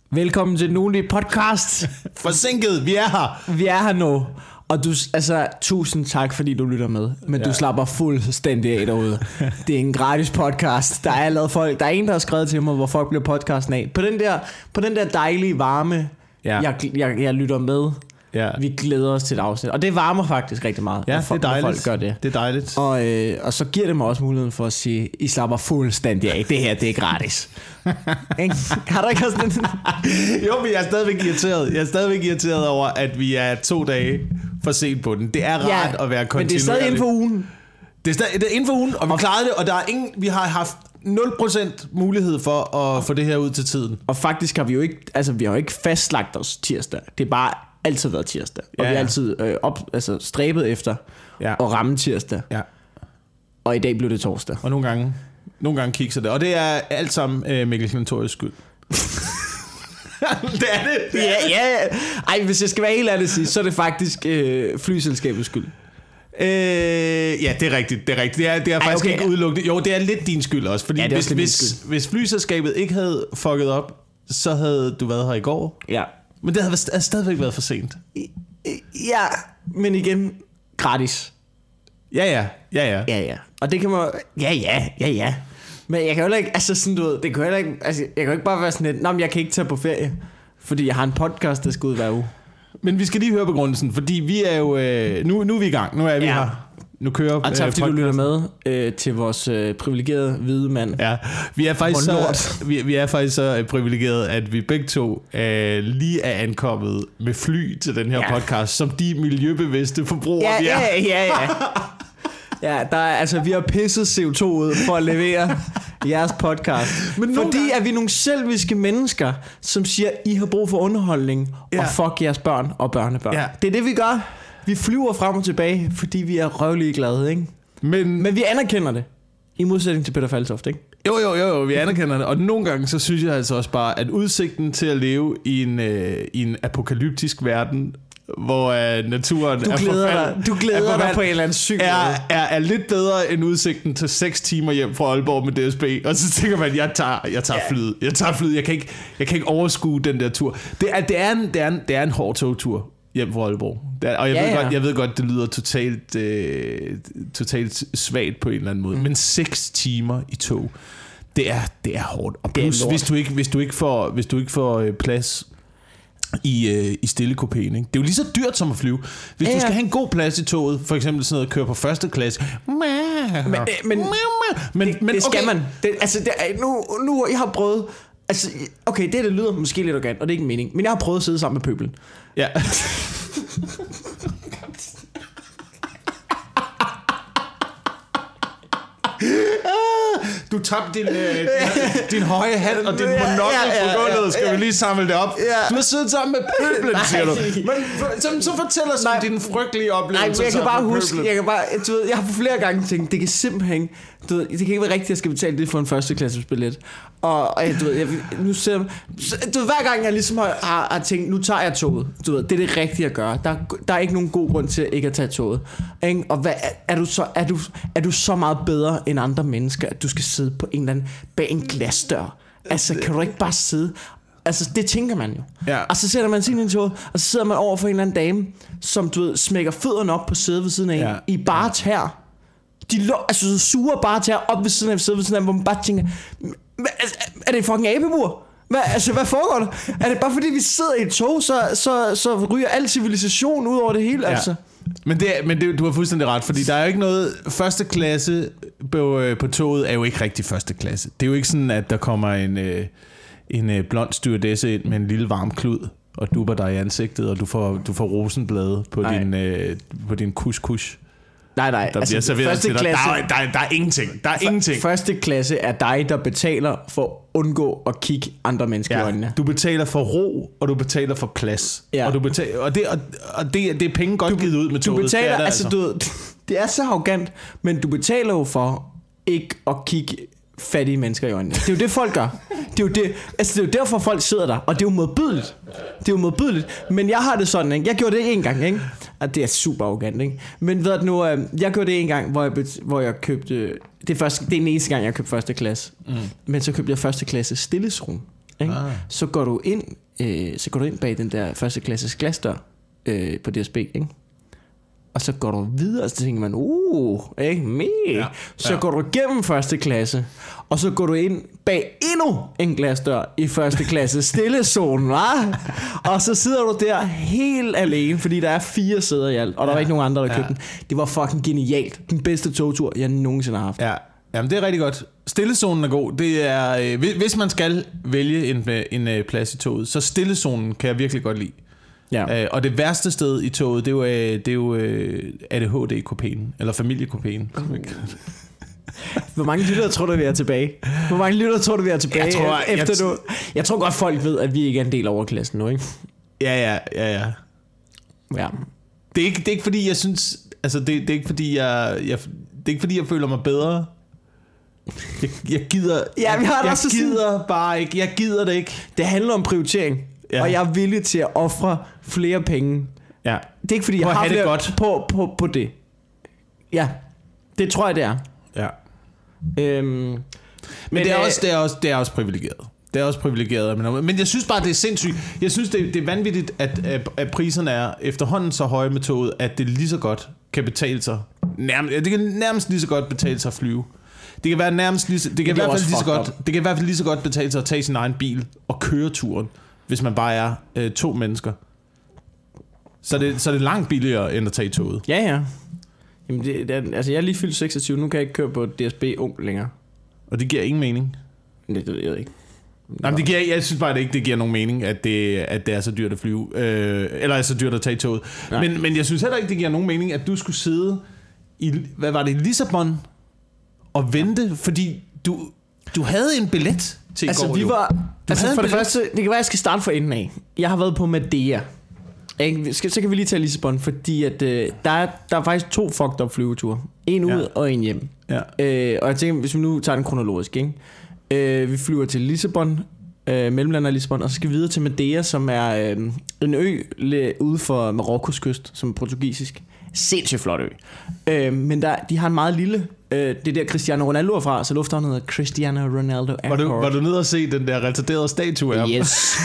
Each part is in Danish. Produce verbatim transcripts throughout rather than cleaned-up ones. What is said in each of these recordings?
Velkommen til Nonly Podcast. Forsinket, vi er her. Vi er her nu. Og du, altså, tusind tak, fordi du lytter med. Men ja. Du slapper fuldstændig af derude. Det er en gratis podcast. Der er lavet folk. Der er en, der har skrevet til mig, hvor folk bliver podcasten af. På den der, på den der dejlige varme, ja. jeg, jeg, jeg lytter med. Ja. Vi glæder os til et afsnit. Og det varmer faktisk rigtig meget. Ja, folk, det er dejligt. Folk gør det. Det er dejligt. Og, øh, og så giver det mig også muligheden for at sige, I slapper fuldstændig af. Det her, det er gratis. Har du ikke også den? Jo, men jeg er stadigvæk irriteret. Jeg er stadigvæk irriteret over, at vi er to dage for sent på den. Det er rart ja, at være kontinuerlig. Men det er stadig inden for ugen. Det er stadig det er inden for ugen, og vi og klarede det. Og der er ingen, vi har haft nul procent mulighed for at få det her ud til tiden. Og faktisk har vi jo ikke, altså vi har jo ikke fastlagt os tirsdag. Det er bare altid været tirsdag. Og ja, vi har altid øh, op, altså stræbet efter ja. At ramme tirsdag. Ja. Og i dag blev det torsdag. Og nogle gange, nogle gange kikser det. Og det er alt sammen øh, Mikkel Klintorius skyld. Det er det. det er ja, ja. Ej, hvis jeg skal være helt ærlig at sige, så er det faktisk øh, flyselskabets skyld. Øh, ja, det er rigtigt. Det er rigtigt. Det er, det er Ej, faktisk okay. ikke udelukket. Jo, det er lidt din skyld også. Fordi ja, hvis, hvis, hvis flyselskabet ikke havde fucket op, så havde du været her i går. Ja. Men det havde, havde stadigvæk været for sent. Ja, men igen, gratis. Ja, ja, ja, ja. Ja, ja. Og det kan man, ja, ja, ja, ja. Men jeg kan jo ikke, altså sådan du ved, det kan jo ikke, altså jeg kan jo ikke bare være sådan lidt, nå, men jeg kan ikke tage på ferie, fordi jeg har en podcast, der skal ud hver uge. Men vi skal lige høre begrundelsen, fordi vi er jo, øh, nu, nu er vi i gang, nu er vi ja. her. Nu kører og tak fordi øh, du lytter med øh, til vores øh, privilegerede hvide mand. Ja, vi er faktisk så, vi, vi er faktisk så privilegerede, at vi begge to øh, lige er ankommet med fly til den her ja. podcast, som de miljøbevidste forbrugere ja, vi er. Ja, ja, ja. Ja, der er, altså vi har pisset C O to ud for at levere jeres podcast. Men fordi gange... er vi nogle selviske mennesker, som siger, I har brug for underholdning, ja. Og fuck jeres børn og børnebørn. Ja. Det er det vi gør. Vi flyver frem og tilbage, fordi vi er røvlige glade, ikke? Men, Men vi anerkender det. I modsætning til Peter Faltoft, ikke? Jo, jo, jo, jo, vi anerkender det. Og nogle gange, så synes jeg altså også bare, at udsigten til at leve i en, øh, i en apokalyptisk verden, hvor øh, naturen du er forfald, dig, Du glæder er dig på en eller anden syg er, er, er lidt bedre end udsigten til seks timer hjem fra Aalborg med D S B. Og så tænker man, jeg tager, jeg tager flyet. Jeg tager flyet. Jeg kan ikke, jeg kan ikke overskue den der tur. Det er, det er, en, det er, en, det er en hård togtur hjem fra Aalborg. Er, og jeg, ja, ved ja. Godt, jeg ved godt, det lyder totalt, øh, totalt svagt på en eller anden måde. Mm. Men seks timer i tog, det er, det er hårdt. Og plus, hvis du ikke, hvis du ikke får, hvis du ikke får øh, plads i, øh, i stillekupéen, ikke? Det er jo lige så dyrt som at flyve. Hvis ja, du skal have en god plads i toget, for eksempel sådan noget, køre på første klasse. Men, men, men, men det, det skal okay. man. Det, altså, det, nu, nu, jeg har prøvet. Altså, okay, det, det lyder måske lidt arrogant, og det er ikke en mening. Men jeg har prøvet at sidde sammen med pøbelen. Ja. Du tabte din, øh, din, din høje hat og din monokkel ja, ja, på gulvet. Skal ja, vi lige samle det op? Ja. Du har siddet sammen med pøblen, siger du. Men så, så fortæl os om din frygtelige oplevelse. Nej, men jeg kan bare huske, jeg kan bare, du ved, jeg har på flere gange tænkt, det kan simpelthen, du ved, det kan ikke være rigtigt, at jeg skal betale det for en førsteklasses-billet. Og, og du ved, jeg, nu ser du ved, hver gang jeg ligesom har, har, har tænkt, nu tager jeg toget. Du ved, det er det rigtige at gøre. Der, der er ikke nogen god grund til ikke at tage toget. Ikke? Og hvad, er, er, du så, er, du, er du så meget bedre end andre mennesker, at du skal sidde på en eller anden bag en glasdør? Altså, kan du ikke bare sidde? Altså, det tænker man jo. Ja. Og så sætter man sig ind i toget, og så sidder man over for en eller anden dame, som du ved, smækker fødderne op på sædet ved siden af, ja. I bare tær. De lå, altså suger bare tær op ved siden af sædet ved siden af, hvor man bare tænker, er det en fucking abemur? Hvad, altså, hvad foregår der? Er det bare fordi vi sidder i et tog, så, så, så ryger al civilisation ud over det hele, ja. Altså? Men, det, men det, du har fuldstændig ret, fordi der er jo ikke noget første klasse på, på toget er jo ikke rigtig første klasse. Det er jo ikke sådan, at der kommer en, en blond stewardesse ind med en lille varm klud og dupper dig i ansigtet, og du får, du får rosenblade på Nej. din, på din kus-kus. Nej, nej, der altså første klasse, der, der, der, der er ingenting. Der er ingenting. Første klasse er dig, der betaler for at undgå at kigge andre mennesker ja. I øjnene. Du betaler for ro, og du betaler for plads. Ja. Og, du betaler, og, det, og, og det, det er penge godt du, givet ud med toget. Du betaler, det er det, altså, altså. Du, det er så arrogant, men du betaler jo for ikke at kigge fattige mennesker i øjnene. Det er jo det, folk gør. Det er jo, det, altså, det er jo derfor, folk sidder der. Og det er jo modbydeligt. Det er jo modbydeligt. Men jeg har det sådan, ikke? Jeg gjorde det en gang, ikke? Og det er super arrogant, ikke? Men ved du nu, jeg gjorde det en gang, hvor jeg, hvor jeg købte... Det er, første, det er den eneste gang, jeg købte første klasse. Mm. Men så købte jeg første klasse stillesrum. ikke? Ah. Så går du ind, øh, så går du ind bag den der første klasses glasdør øh, på D S B, ikke? Og så går du videre, og så tænker man, uh, ikke mere. Ja, så ja. går du gennem første klasse, og så går du ind bag endnu en glasdør i første klasse, stillezonen, hva'? Og så sidder du der helt alene, fordi der er fire sæder i alt, og der ja. var ikke nogen andre, der ja. købte den. Det var fucking genialt. Den bedste togtur, jeg nogensinde har haft. Ja. Jamen, det er rigtig godt. Stillezonen er god. Det er, øh, hvis man skal vælge en, en øh, plads i toget, så stillezonen kan jeg virkelig godt lide. Ja. Øh, og det værste sted i toget, det er jo, øh, det er jo øh, A D H D-kopæen, eller familiekopæen. Uh. Hvor mange lyttere tror du, vi er tilbage? Hvor mange lyttere tror du, vi er tilbage? Jeg tror, efter jeg, du... jeg tror godt, folk ved, at vi ikke er en del af overklassen nu, ikke? Ja, ja, ja, ja. ja. Det, er ikke, det er ikke fordi, jeg synes... Altså, det, det er ikke fordi, jeg, jeg... Det er ikke fordi, jeg føler mig bedre. Jeg, jeg gider... Ja, vi har jeg også gider sådan... bare ikke. Jeg gider det ikke. Det handler om prioritering. Ja. Og jeg er villig til at ofre flere penge. Ja. Det er ikke fordi, jeg har flere godt. På, på, på det. Ja, det tror jeg, det er. Ja. Øhm, men men det, er også, det, er også, det er også privilegeret. Det er også privilegeret. Men, men jeg synes bare, det er sindssygt. Jeg synes, det, det er vanvittigt, at, at priserne er efterhånden så høje med toget, at det lige så godt kan betale sig. Nærmest, det kan nærmest lige så godt betale sig at flyve. Det kan være nærmest lige, det kan, det i hvert fald lige så godt, det kan i hvert fald lige så godt betale sig at tage sin egen bil og køre turen, hvis man bare er øh, to mennesker. Så det, så det er langt billigere end at tage toget. Ja, ja. Jamen det, det, altså jeg er lige fyldt seksogtyve, nu kan jeg ikke køre på D S B Ung længere. Og det giver ingen mening. Det ved jeg ikke. Nej, men det giver, jeg synes bare det ikke, det giver nogen mening, at det, at det er så dyrt at flyve, øh, eller er så dyrt at tage toget. Men, men jeg synes heller ikke, det giver nogen mening, at du skulle sidde i, hvad var det, Lissabon og vente, ja. fordi du, du havde en billet til altså, i går. Vi var, altså for det første, det kan være, jeg skal starte fra enden af. Jeg har været på Madeira. Så kan vi lige tage Lissabon, fordi at, øh, der, er, der er faktisk to fucked up flyveture. En ud ja. og en hjem. Ja. Øh, og jeg tænker, hvis vi nu tager den kronologisk, ikke? Øh, vi flyver til Lissabon, øh, mellemlander Lissabon, og så skal vi videre til Madeira, som er øh, en ø ude for Marokkos kyst, som er portugisisk. Sindssygt flot ø. Øh, men der, de har en meget lille, øh, det der Cristiano Ronaldo er fra, så lufthavnen hedder Cristiano Ronaldo Airport. Var du, var du nede og se den der retarderede statue af ham? Yes.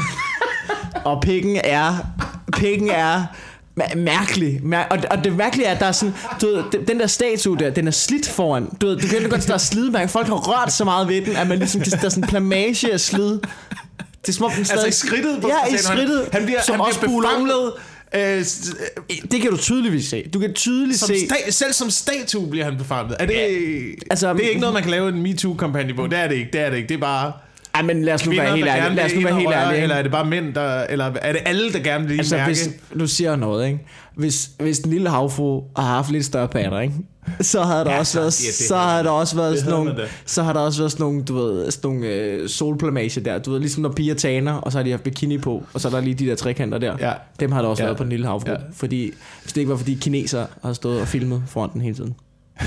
Og pikken er, pikken er mærkelig. Mær- og, og det mærkelige er, at der er sådan, du ved, den der statue der, den er slidt foran. Du ved, du kan godt, der er slidmærke. Folk har rørt så meget ved den, at man ligesom kan, der er sådan en plamage af slid. Det er som om den stadig... Altså i skridtet på ja, i skridtet, han bliver, som han også bliver befanget. Øh, det kan du tydeligvis se. Du kan tydeligt som se. Sta- selv som statue bliver han befanget. Er det, ja, altså, det er ikke noget, man kan lave en MeToo-kampagne på. Det er det ikke. Det er det ikke. Det er bare... Ej, men lad os nu kvinder, være helt ærlige. Lad os nu være helt ærlige. Eller er det bare mænd, der... Eller er det alle, der gerne vil altså, mærke? Hvis, du siger noget, ikke? Hvis, hvis den lille havfru har haft lidt større patter, ikke? Så havde der ja, også været, så havde der også været sådan nogle, så har der også været sådan nogle, du ved, sådan nogle øh, solplamage der. Du ved, ligesom når piger taner, og så har de haft bikini på, og så er der lige de der trekanter der. Ja. Dem har der også ja. været på den lille havfru. Ja. Fordi, hvis det ikke var fordi kinesere har stået og filmet foran den hele tiden.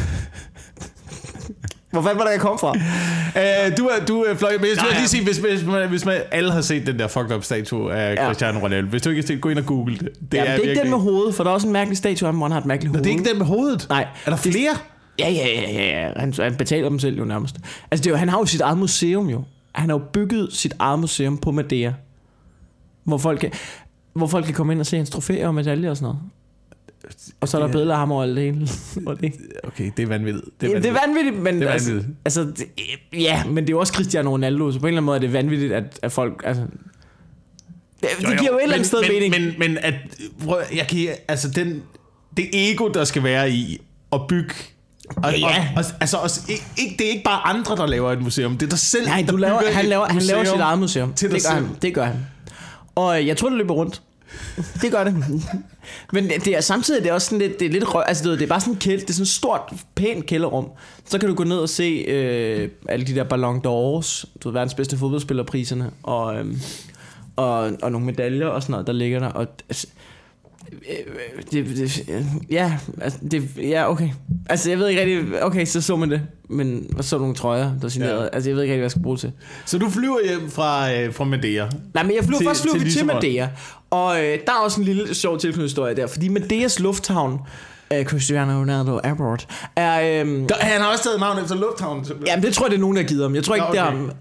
Hvor fanden var der, jeg kom fra? Uh, du er, du er fløj, men jeg skal lige sige, hvis, hvis, man, hvis man alle har set den der fucked up statue af ja. Cristiano Ronaldo, hvis du ikke har set, gå ind og google det. Det, ja, er, det er virkelig... ikke den med hovedet, for der er også en mærkelig statue af ham, hvor han har et mærkeligt hoved. Nå, det er ikke den med hovedet? Nej. Er der flere? Ja, ja, ja, ja, ja. Han, han betaler dem selv jo nærmest. Altså, det er jo, han har jo sit eget museum jo. Han har jo bygget sit eget museum på Madeira, hvor folk kan, hvor folk kan komme ind og se hans trofæer og medaljer og sådan noget. Og så er der billeder af ham over det hele. Okay, det er vanvittigt. Det er vanvittigt, det er vanvittigt men det er altså, vanvittigt. altså det, ja, men det er jo også Cristiano Ronaldo, så på en eller anden måde er det vanvittigt, at, at folk, altså... Det, jo, jo, det giver jo et eller andet sted men, mening. Men, men, men at, prøv, jeg kan, altså den, det ego, der skal være i at bygge... Og, ja. og, og, altså, også, ikke, det er ikke bare andre, der laver et museum. Det er dig selv, nej, du laver, han, laver, han laver sit eget museum. Til det gør han, det gør han. Og jeg tror, det løber rundt. Det gør det. Men det er samtidig det er også sådan lidt, det er lidt røv, altså det er, det er bare sådan en kælder, det er sådan et stort pænt kælderrum. Så kan du gå ned og se øh, alle de der Ballon d'Ors, du ved, verdens bedste fodboldspillerpriserne og øh, og og nogle medaljer og sådan noget der ligger der og altså, det, det, ja, altså det, ja, okay. Altså jeg ved ikke rigtig, okay, så så man det, men og så nogle trøjer der signerede. Ja. Altså jeg ved ikke rigtig hvad jeg skal bruge til. Så du flyver hjem fra øh, fra Madeira? Nej, men jeg flyver til, først flyver til, vi til Madeira. Og øh, der er også en lille sjov tilknytningshistorie der, fordi Madeiras lufthavn, øh, Cristiano Ronaldo Airport, er... Øh, der, han har også taget navn efter lufthavnen. Jamen det tror jeg, det er nogen, der har givet ham. Jeg tror ikke, okay. det er ham.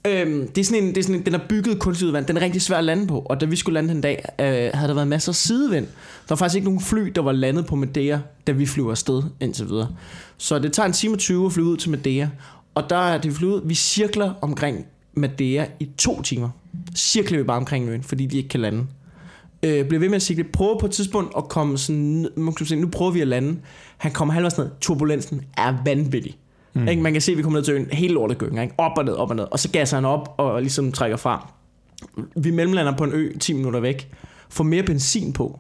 Øhm, det er sådan en, det er sådan en, den er bygget kunstigt udvand. Den er rigtig svær at lande på. Og da vi skulle lande den dag, øh, havde der været masser af sidevind. Der var faktisk ikke nogen fly, der var landet på Madeira, da vi flyver afsted indtil videre. Så det tager en time og tyve at flyve ud til Madeira. Og der er det flyvet, vi cirkler omkring Madeira i to timer. Cirkler vi bare omkring øen, fordi de ikke kan lande. Øh, bliver ved med at cirkle. Prøver på et tidspunkt at komme sådan, man kan sige, nu prøver vi at lande. Han kommer halvvejs ned. Turbulensen er vanvittig. Mm. Ikke? Man kan se, at vi kommer ned til øen, helt lortet gynger, ikke? Op og ned, op og ned. Og så gasser han op og ligesom trækker fra. Vi mellemlander på en ø ti minutter væk. Får mere benzin på.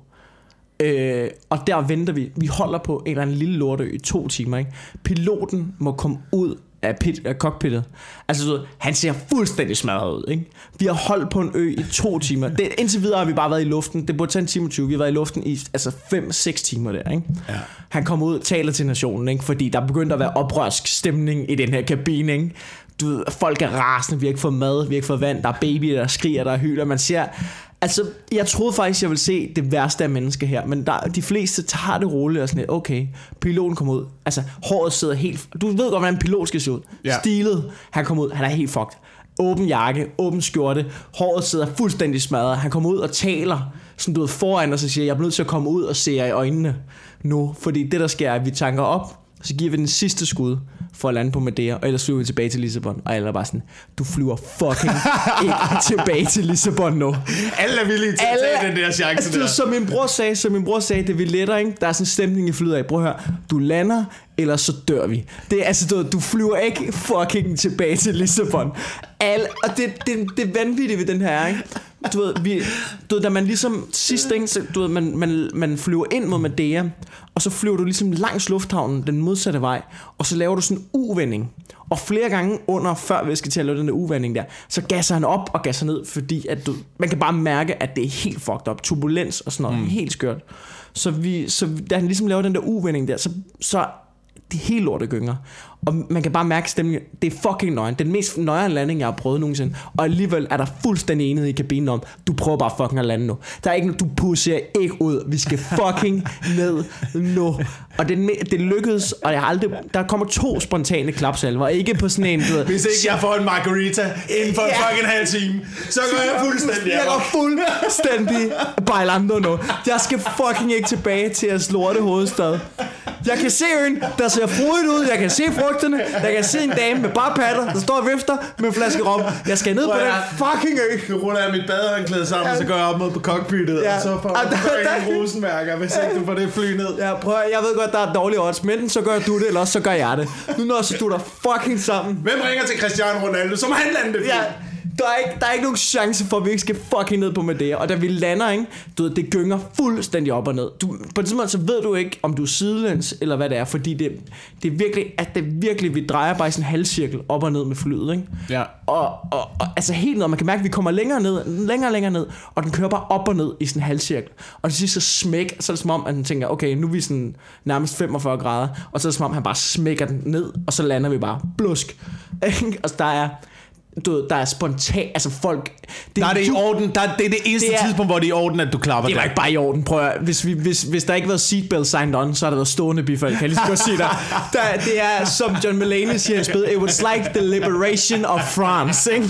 Øh, og der venter vi. Vi holder på en eller anden lille lorteø i to timer. Ikke? Piloten må komme ud af, pit, af cockpittet. Altså så, han ser fuldstændig smadret ud. Ikke? Vi har holdt på en ø i to timer. Det, indtil videre har vi bare været i luften. Det burde tage en time og tyve. Vi har været i luften i altså fem seks timer der. Ikke? Ja. Han kommer ud og taler til nationen, ikke? Fordi der er begyndt at være oprørsk stemning i den her kabine. Ikke? Du ved, folk er rasende. Vi har ikke fået mad, vi har ikke fået vand. Der er babyer, der skriger, der hyler. Man ser... Altså, jeg troede faktisk, jeg ville se det værste af mennesker her, men der, de fleste tager det roligt og sådan lidt, okay, piloten kommer ud, altså håret sidder helt, du ved godt, hvordan en pilot skal se ud, ja. Stilet, han kommer ud, han er helt fucked, åben jakke, åben skjorte, håret sidder fuldstændig smadret, han kommer ud og taler, sådan du ved, foran og så siger, jeg er nødt til at komme ud og se jer i øjnene nu, fordi det der sker, er, at vi tanker op, så giver vi den sidste skud for at lande på Madeira, og ellers flyver vi tilbage til Lissabon. Og alle er bare sådan, du flyver fucking ikke tilbage til Lissabon nu. Alle er villige til alle, at tage den der chance altså, der. Som min bror sagde, som min bror sagde, det vi letter, ikke? Der er sådan en stemning i flyet af, prøv at høre, du lander, eller så dør vi. Det er altså, du, du flyver ikke fucking tilbage til Lissabon. Alle, og det, det, det er vanvittigt ved den her, ikke? Du ved, vi, du ved, da man ligesom sidst, ikke, så, du ved, man, man, man flyver ind mod Madeira, og så flyver du ligesom langs lufthavnen den modsatte vej, og så laver du sådan en U-vending. Og flere gange under, før vi skal til at lave den der U-vending der, så gasser han op og gasser ned, fordi at du, man kan bare mærke, at det er helt fucked up. Turbulens og sådan noget, mm. helt skørt. Så, vi, så da han ligesom laver den der U-vending der, så, så det er helt lortet gynger. Og man kan bare mærke stemningen. Det er fucking nøgen. Den mest nøjere landing jeg har prøvet nogensinde. Og alligevel er der fuldstændig enighed i kabinen om, du prøver bare fucking at lande nu. Der er ikke, du pusher ikke ud. Vi skal fucking ned nu. Og det, det lykkedes. Og jeg har aldrig, der kommer to spontane klapsalver. Ikke på sådan en, du ved. Hvis ikke jeg får en margarita inden for ja. fucking halv time, så går jeg fuldstændig. Jeg går fuldstændig bailando nu. Jeg skal fucking ikke tilbage til at slorte hovedstad. Jeg kan se øen, der ser frodigt ud. Jeg kan se frugterne. Jeg kan se en dame med bare patter, der står og vifter med en flaske rom. Jeg skal ned på den fucking ø. Nu ruller jeg mit badehåndklæde sammen, ja. Så går jeg op mod på cockpittet, ja. Og så får jeg ingen rosenmærker, hvis ikke du får det fly ned. Ja, prøv, jeg ved godt, der er dårlige odds, men så gør du det, eller også så gør jeg det. Nu når så du der fucking sammen. Hvem ringer til Cristiano Ronaldo, som han landede det? Ja. Der er, ikke, der er ikke nogen chance for, at vi ikke skal fucking ned på Madeira. Og da vi lander, ikke, du ved, det gynger fuldstændig op og ned. Du, på det tidspunkt, så ved du ikke, om du er sidelæns eller hvad det er. Fordi det, det er virkelig, at det virkelig, vi drejer bare i sådan en halvcirkel op og ned med flyet. Ikke? Ja. Og, og, og altså helt ned, man kan mærke, at vi kommer længere ned, længere og længere ned. Og den kører bare op og ned i sådan en halvcirkel. Og til sidst så smæk, så er det som om, at han tænker, okay, nu er vi sådan nærmest femogfyrre grader. Og så er det som om, han bare smækker den ned, og så lander vi bare blusk. Og der er... Du ved, der er spontan, altså folk det der er det i orden, der er, det er det eneste det er, tidspunkt, hvor det er i orden, at du klapper. Det er ikke bare i orden, prøv at, hvis, vi, hvis, hvis der ikke var seatbelt signed on, så har der været stående bifald, kan jeg lige så godt sige der. der. Det er, som John Mulaney siger i spil, it was like the liberation of France, ikke?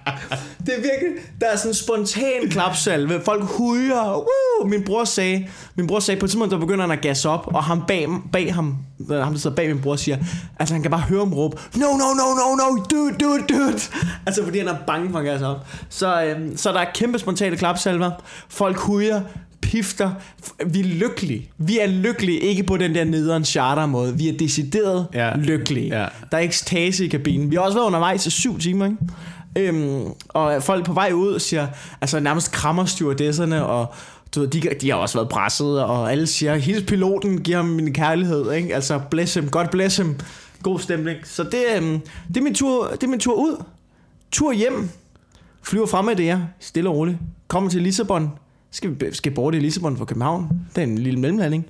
Det er virkelig, der er sådan en spontan klapsalve, folk hujer, woo! Min bror sagde, min bror sagde, på et tidspunkt, der begynder han at gasse op, og ham bag, bag ham, ham der sidder bag min bror, siger, altså han kan bare høre ham råbe, no, no, no, no, no, dude, dude, dude. Altså fordi han er bange for at gasse op. Så, øhm, så der er kæmpe spontane klapsalver, folk hujer, pifter. Vi er lykkelige. Vi er lykkelige, ikke på den der nederen charter måde. Vi er decideret ja. lykkelige. Ja. Der er ekstase i kabinen. Vi har også været undervejs i syv timer, ikke? Øhm, og folk på vej ud siger, altså nærmest krammer stewardesserne, og du ved, de, de har også været presset, og alle siger, hils piloten, giver ham min kærlighed, ikke? Altså bless him, God bless him. God stemning. Så det, øhm, det, er min tur, det er min tur ud. Tur hjem. Flyver frem med det her, stille og roligt. Kommer til Lissabon. Skal vi skal borte i Lissabon fra København. Det er en lille mellemlanding.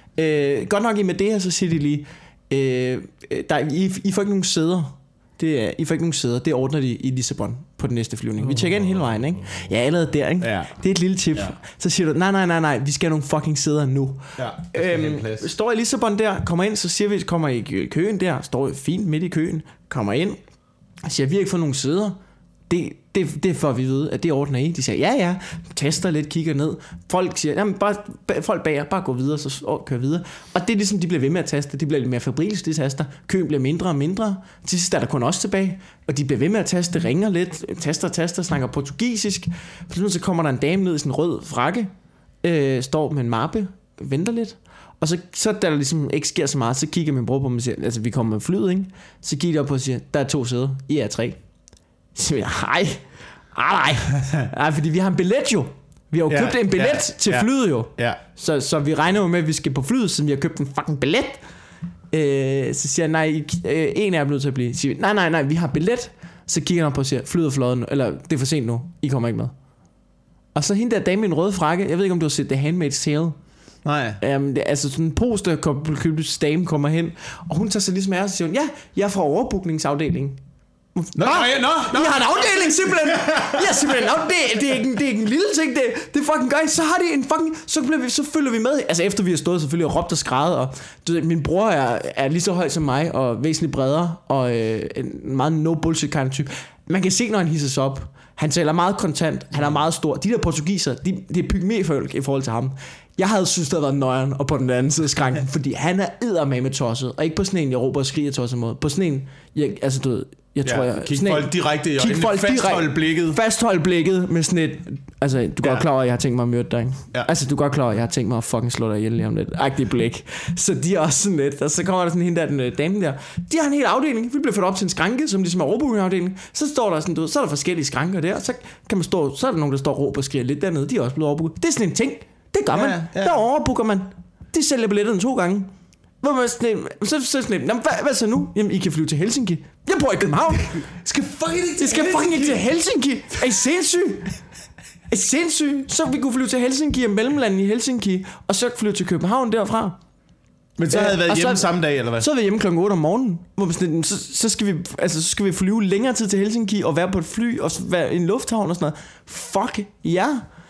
Øh, godt nok i med det her, så siger de lige, øh, der, I, I får ikke nogen sæder. Det er, I får ikke nogen sæder. Det ordner de i Lissabon på den næste flyvning. Vi tjekker ind hele vejen, ikke? Ja, allerede der, ikke? Ja. Det er et lille tip. Ja. Så siger du, nej, nej, nej, nej, vi skal have nogle fucking sæder nu. Ja, øhm, står i Lissabon der, kommer ind, så siger vi, kommer i køen der, står fint midt i køen, kommer ind, siger, vi har ikke fået nogen sæder. Det, det, det får vi vide, at det ordner I. De siger, ja, ja, tester lidt, kigger ned. Folk siger, jamen, bare, folk bager, bare gå videre, så kører videre. Og det er ligesom, de bliver ved med at taste. De bliver lidt mere febrilske, de taster. Køen bliver mindre og mindre. Til sidst er der kun os tilbage. Og de bliver ved med at taste, ringer lidt, taster, taster, snakker portugisisk. Så kommer der en dame ned i sådan en rød frakke, øh, står med en mappe, venter lidt. Og så, så da der ligesom ikke sker så meget, så kigger min bror på mig og siger, altså vi kommer med flyet, ikke? Så kigger jeg op på og siger, der er to sæder, I er tre. Så siger jeg, hej, nej, nej, fordi vi har en billet jo. Vi har jo købt ja, en billet ja, til ja, flyet jo. Ja. Så, så vi regner jo med, at vi skal på flyet, siden vi har købt en fucking billet. Øh, så siger jeg, nej, øh, en af jer er blevet til at blive. Så siger vi, nej, nej, nej, vi har billet. Så kigger han op på og siger, flyet er fløjet, eller det er for sent nu, I kommer ikke med. Og så hende der dame i en rød frakke, jeg ved ikke om du har set The Handmaid's Tale. Nej. Um, det, altså sådan en poster dame kommer hen, og hun tager sig ligesom af og siger, ja, jeg er fra overbookningsafdelingen. Nå, nå, ja, nå, nå. I har en afdeling simpelthen. Ja, simpelthen. Nå, det, det, er ikke, det er ikke en lille ting. Det, det er fucking godt. Så har de en fucking, så, bliver vi, så følger vi med. Altså efter vi har stået selvfølgelig og råbt og skrædet, og du ved, min bror er, er lige så høj som mig og væsentligt bredere og øh, en meget no bullshit kind of type. Man kan se, når han hisses op. Han taler meget kontant. Han er meget stor. De der portugiser, de, de er pygmæfolk i forhold til ham. Jeg havde synes, det havde været nøjeren og på den anden side af skranken, fordi han er eddermame tosset, og ikke på sådan en, jeg råber og skriger tosset mod. På sådan en, jeg, altså du ved, jeg tror, ja, jeg... Kig folk direkte i øjnene, fasthold blikket. Fasthold blikket med sådan et... Altså, du er ja. godt klar over, at jeg har tænkt mig at myrde dig, ikke? Ja. Altså, du er godt klar over, at jeg har tænkt mig at fucking slå dig ihjel lige om lidt. Agtigt blik. Så de er også sådan lidt... Og så kommer der sådan hende der, den øh, dame der. De har en hel afdeling. Vi bliver ført op til en skranke, som ligesom er overbookingafdeling. Så står der sådan, du ved, så er der forskellige skranker der. Så kan man stå... Så er der nogen, der står og råber og skriger lidt dernede. De er også blevet overbooket. Det er sådan en ting. Det gør man. Ja, ja. Der overbooker man. De sælger billetterne to gange. Hvor man sådan, så, så sådan, hvad, hvad så nu? Jamen, I kan flyve til Helsinki. Jeg bor i København. skal fucking ikke til Det skal Helsinki. fucking ikke til Helsinki. Er I sindssyg? Er I sindssyg? Så vi kunne flyve til Helsinki og mellemlanden i Helsinki, og så flyve til København derfra. Men så havde I været hjemme så, samme dag, eller hvad? Så havde vi hjemme klokken otte om morgenen. Hvor sådan, så, så, skal vi, altså, så skal vi flyve længere tid til Helsinki, og være på et fly, og være i en lufthavn og sådan noget. Fuck, ja.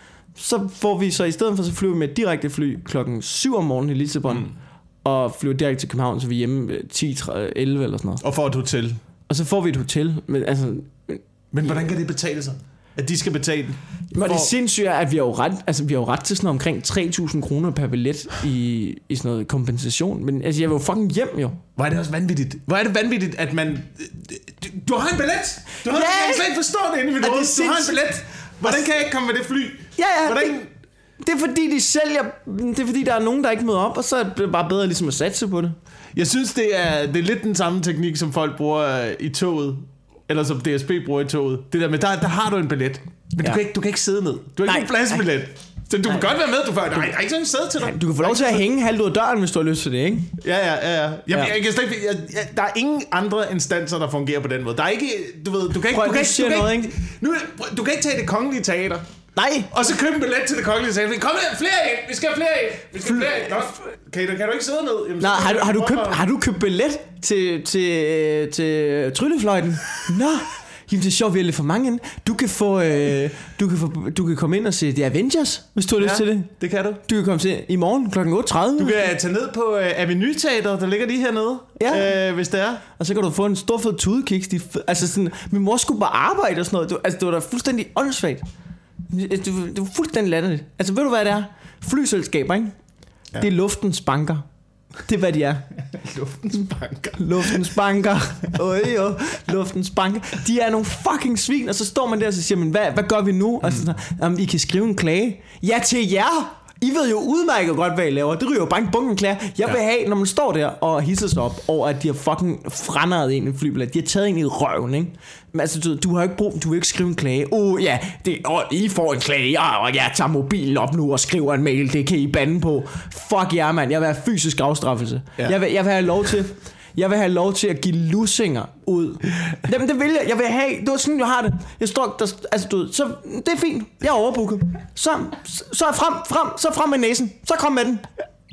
Så får vi så i stedet for, så flyver vi med et direkte fly klokken syv om morgenen i Lissabon. Mm. Og flyver direkte til København, så vi er hjemme ti elleve eller sådan noget. Og får et hotel. Og så får vi et hotel. Men, altså, men hvordan kan det betale sig? At de skal betale? Men for... det sindssyge er, at vi har jo ret, altså, vi har jo ret til sådan omkring tre tusind kroner per billet i, i sådan noget kompensation. Men altså, jeg vil jo fucking hjem jo. Hvor er det også vanvittigt. Hvor er det vanvittigt, at man... Du, du har en billet! Du har, ja. Jeg kan slet ikke forstå det inde i mit hoved. Du har en billet! Hvordan kan jeg ikke komme med det fly? Ja, ja. Hvordan... Det... Det er fordi de sælger. Det er fordi der er nogen der ikke møder op, og så er det bare bedre ligesom at satse på det. Jeg synes det er det er lidt den samme teknik som folk bruger i toget, eller som D S B bruger i toget. Det der med der, der har du en billet, men ja. du kan ikke du kan ikke sidde ned. Du har ikke en pladsbillet. Så du kan godt være med, du får. Der er ikke sådan en sæde til dig. Du kan få lov til at hænge halvt ud af døren, hvis du har lyst til det, ikke? Ja, ja, ja, ja. Jeg, jeg kan slet ikke, jeg, jeg, der er ingen andre instanser der fungerer på den måde. Der er ikke, du ved, du kan ikke, Prøv, du kan ikke, du kan noget, ikke, nu, du kan ikke tage Det Kongelige Teater. Nej. Og så købe en billet til Det Kongelige Teater. Kom her, flere ind. Vi skal have flere ind. Vi skal have flere ind. Nå, kan, du, kan du ikke sidde ned? Jamen, nej, har du, har, du købt, har du købt billet til, til, til Tryllefløjten? Nå. Jamen det er sjovt, vi er lidt for mange inde. Du kan få, øh, du kan få, du kan komme ind og se The Avengers, hvis du har ja, lyst til det. Det kan du. Du kan komme til i morgen klokken otte tredive. Du kan tage ned på øh, Avenue Teateret, der ligger lige hernede, ja. øh, hvis det er. Og så kan du få en stor fed tudekiks. Altså sådan, min mor skulle bare arbejde og sådan noget. Du, altså det var da fuldstændig åndssvagt. Det, det var fuldstændig latterligt. Altså ved du hvad det er? Flyselskaber, ikke? Ja. Det er luftens banker. Det er hvad de er. Luftens banker. Luftens banker. Øj, jo. Luftens banker. De er nogle fucking svin. Og så står man der og så siger man, hvad, hvad gør vi nu? Og så sådan, jamen, I kan skrive en klage. Ja, til jer. I ved jo udmærket godt, hvad I laver. Det ryger jo bare en bunken klager. Jeg vil have, når man står der og hisser sig op over, at de har fucking frændet en en flybillet. De har taget en i røven, ikke? Men altså, du, du har ikke brug, du vil ikke skrive en klage. Åh, oh, ja, det, oh, I får en klage. Og jeg tager mobilen op nu og skriver en mail. Det kan I bande på. Fuck jer, mand. Jeg vil have fysisk afstraffelse. Ja. Jeg, vil, jeg vil have lov til... Jeg vil have lov til at give lussinger ud. Jamen det vil jeg. Jeg vil have. Det var sådan jeg har det. Jeg står der, altså du, så det er fint. Jeg er overbooket. Så så frem frem så frem med næsen. Så kom med den.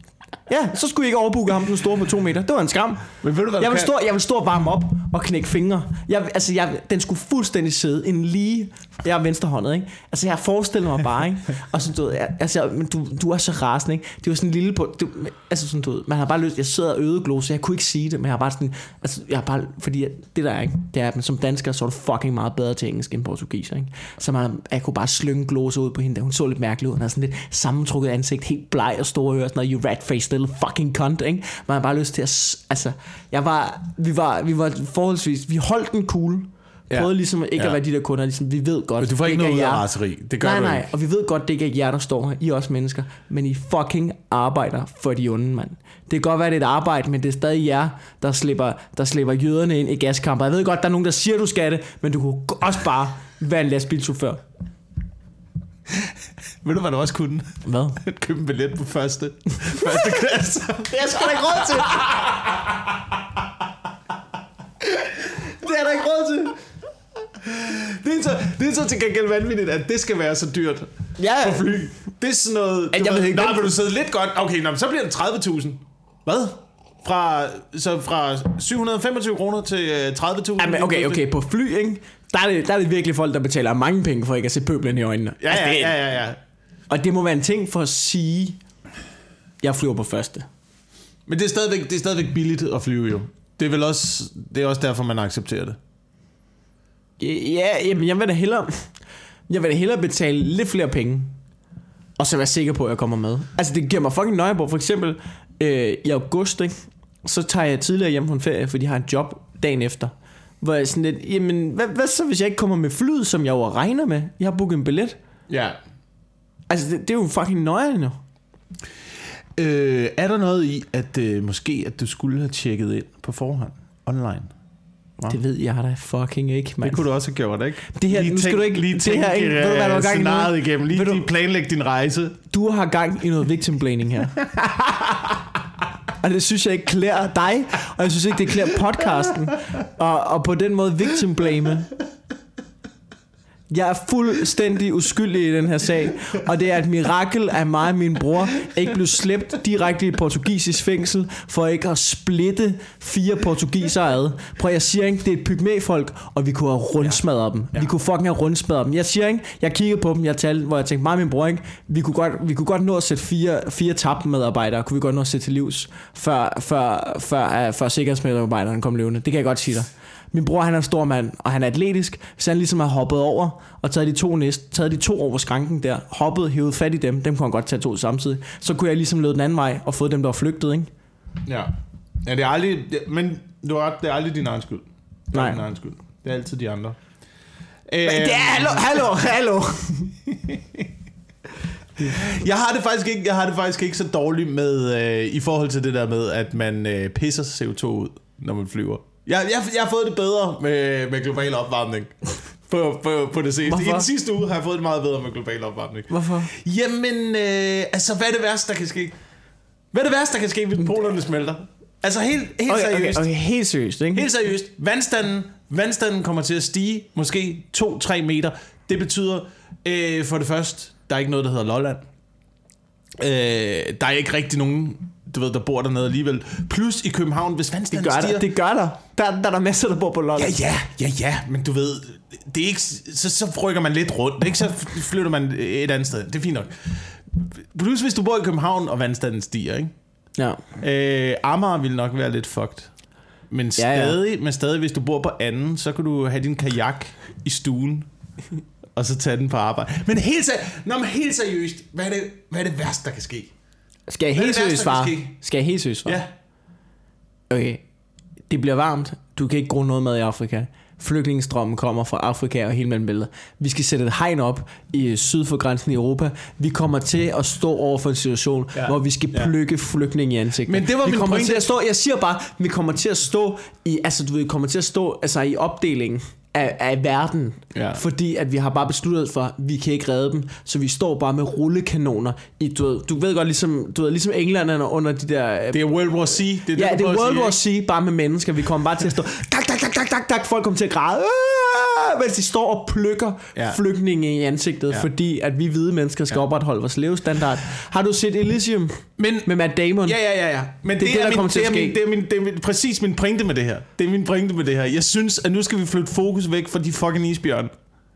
Ja, så skulle I ikke overbooke ham den store på to meter. Det var en skam. Men ved du, hvad jeg vil stå jeg vil stå og varme op og knække fingre. Jeg altså jeg den skulle fuldstændig sidde en lige Jeg er venstrehåndet, ikke? Altså jeg forestiller mig bare, ikke? Og sådan, du ved, altså, men du, du er så rasende, ikke? Det var sådan en lille på, du, altså sådan, du ved, man har bare lyst, jeg sidder og ødeglose, jeg kunne ikke sige det, men jeg har bare sådan, altså jeg har bare, fordi det der, ikke? Det er, at som dansker, så er du fucking meget bedre til engelsk end portugiser, ikke? Så man, jeg kunne bare slynge glose ud på hende, der hun så lidt mærkelig ud, hun havde sådan lidt sammentrukket ansigt, helt bleg og store ører, sådan noget, you rat-faced little fucking cunt, ikke? Man har bare lyst til at, altså, jeg var, vi var, vi var forholdsvis, vi holdt den cool, prøvede ligesom ikke ja. at være de der kunder, ligesom, vi ved godt, men du får ikke noget ud af raseri. Det gør nej, du nej, ikke. og vi ved godt, det ikke er jer, der står her, I er også mennesker, men I fucking arbejder for de onde, mand. Det kan godt være, det er et arbejde, men det er stadig jer, der slipper, der slipper jøderne ind i gaskamper. Jeg ved godt, der er nogen, der siger, du skal det, men du kunne også bare være en lastbilchauffør. Ved du, hvad du også kunne? Hvad? Købe en billet på første, første klasse. Det er sgu da ikke råd til. Det er der ikke råd til. Det er, så, det er så til gengæld vanvittigt, at det skal være så dyrt ja. på fly. Det er sådan noget... Du jeg ved ikke... Nej, vil du sidde lidt godt... Okay, nå, så bliver det tredive tusind. Hvad? Fra, så fra syv hundrede og femogtyve kroner til tredive tusind. Jamen, okay, okay, på fly, ikke? Der er, det, der er det virkelig folk, der betaler mange penge for ikke at se pøblen i øjnene. Ja, altså, det, ja, ja, ja, ja. Og det må være en ting for at sige, jeg flyver på første. Men det er stadigvæk, det er stadigvæk billigt at flyve, jo. Det er vel også, det er også derfor, man accepterer det. Ja, jamen, jeg vil da hellere, jeg vil da hellere betale lidt flere penge, og så være sikker på, at jeg kommer med. Altså, det giver mig fucking nøje på. For eksempel, øh, i august, ikke? Så tager jeg tidligere hjem på en ferie, fordi jeg har en job dagen efter. Hvor jeg sådan lidt, jamen, hvad, hvad så, hvis jeg ikke kommer med flyet, som jeg jo regner med? Jeg har booket en billet. Ja. Altså, det, det er jo fucking nøje nu. Øh, er der noget i, at øh, måske, at du skulle have tjekket ind på forhånd, online? Wow. Det ved jeg da fucking ikke, man. Det kunne du også have gjort, ikke? Det her, lige nu skal tænk, du ikke lige tænke, det her, ikke, ved du, hvad du har gang i scenariet igennem. Lige du, planlægge din rejse. Du har gang i noget victim blaming her. Og det synes jeg ikke klæder dig, og jeg synes ikke, det klæder podcasten. Og, og på den måde victim blame. Jeg er fuldstændig uskyldig i den her sag, og det er et mirakel, at mig og min bror ikke blev slæbt direkte i portugisisk fængsel for ikke at splitte fire portugisere ad. Prøv, jeg siger ikke, det er et pygmæfolk, og vi kunne have rundsmadret dem. Vi kunne fucking have rundsmadret dem. Jeg siger ikke, jeg kiggede på dem, jeg talte, hvor jeg tænkte, mig og min bror, ikke, vi kunne godt, vi kunne godt nå at sætte fire, fire tabmedarbejdere, kunne vi godt nå at sætte til livs, før, før, før, før sikkerhedsmedarbejderen kom levende. Det kan jeg godt sige dig. Min bror, han er en stor mand, og han er atletisk. Hvis han ligesom har hoppet over og taget de to næste, taget de to over skranken der, hoppet, hævet fat i dem, dem kunne han godt tage to samtidig. Så kunne jeg ligesom løbe den anden vej og få dem, der var flygtet, ikke? Ja. Ja, det er aldrig, det, men du har ret, det er aldrig din egen skyld. Det er Nej. din egen skyld. Det er altid de andre. Men det er, hallo, hallo, hallo. Jeg har det faktisk ikke, jeg har det faktisk ikke så dårligt med øh, i forhold til det der med, at man øh, pisser C O to ud, når man flyver. Jeg, jeg, jeg har fået det bedre med, med global opvarmning på, på, på det seneste. I den sidste uge har jeg fået det meget bedre med global opvarmning. Hvorfor? Jamen, øh, altså hvad er det værste, der kan ske? Hvad er det værste, der kan ske, hvis polerne smelter? Altså helt, helt okay, seriøst. Okay, okay, helt seriøst, ikke? Helt seriøst. Vandstanden, vandstanden kommer til at stige måske to til tre meter. Det betyder, øh, for det første, der er ikke noget, der hedder Lolland. Øh, der er ikke rigtig nogen, du ved, der bor dernede alligevel. Plus i København, hvis vandstanden det gør stiger... Der, det gør der. Der, der er der masser, der bor på Lolland. Ja, ja, ja, ja, men du ved, det er ikke, så, så rykker man lidt rundt, ikke? Så flytter man et andet sted. Det er fint nok. Plus hvis du bor i København, og vandstanden stiger, ikke? Ja. Øh, Amager vil nok være lidt fucked. Men stadig, ja, ja. men stadig, hvis du bor på anden, så kan du have din kajak i stuen, og så tage den på arbejde. Men helt, Nå, men helt seriøst, hvad er, det, hvad er det værste, der kan ske? Skal jeg helt seriøst svare? Skal jeg helt seriøst svare? Ja. Okay. Det bliver varmt. Du kan ikke gro noget mad i Afrika. Flygtningestrømmen kommer fra Afrika og hele mellembæltet. Vi skal sætte et hegn op i syd for grænsen i Europa. Vi kommer til at stå over for en situation, ja, hvor vi skal plukke ja. flygtninge i ansigtet. Men det var vi min kommer pointe. til at stå, jeg siger bare, vi kommer til at stå i, altså du ved, kommer til at stå altså i opdelingen af, af verden, ja. fordi at vi har bare besluttet for, at vi kan ikke redde dem, så vi står bare med rullekanoner i, du ved, du ved godt ligesom, du ved, ligesom englænderne under de der. Det er World War C. Det er ja, det, det er World War C bare med mennesker. Vi kommer bare til at stå, tak, tak, tak, tak, tak, tak. Folk kommer til at græde, mens de står og plukker ja. flygtninge i ansigtet, ja. fordi at vi hvide mennesker skal ja. opretholde vores levestandard. Har du set Elysium men, med Matt Damon? Ja, ja, ja, ja. Men det, det er det, der min, kommer til at ske. Min, det er, min, det er min, præcis min pointe med det her. Det er min pointe med det her. Jeg synes, at nu skal vi flytte fokus væk fra de fucking isbjørn.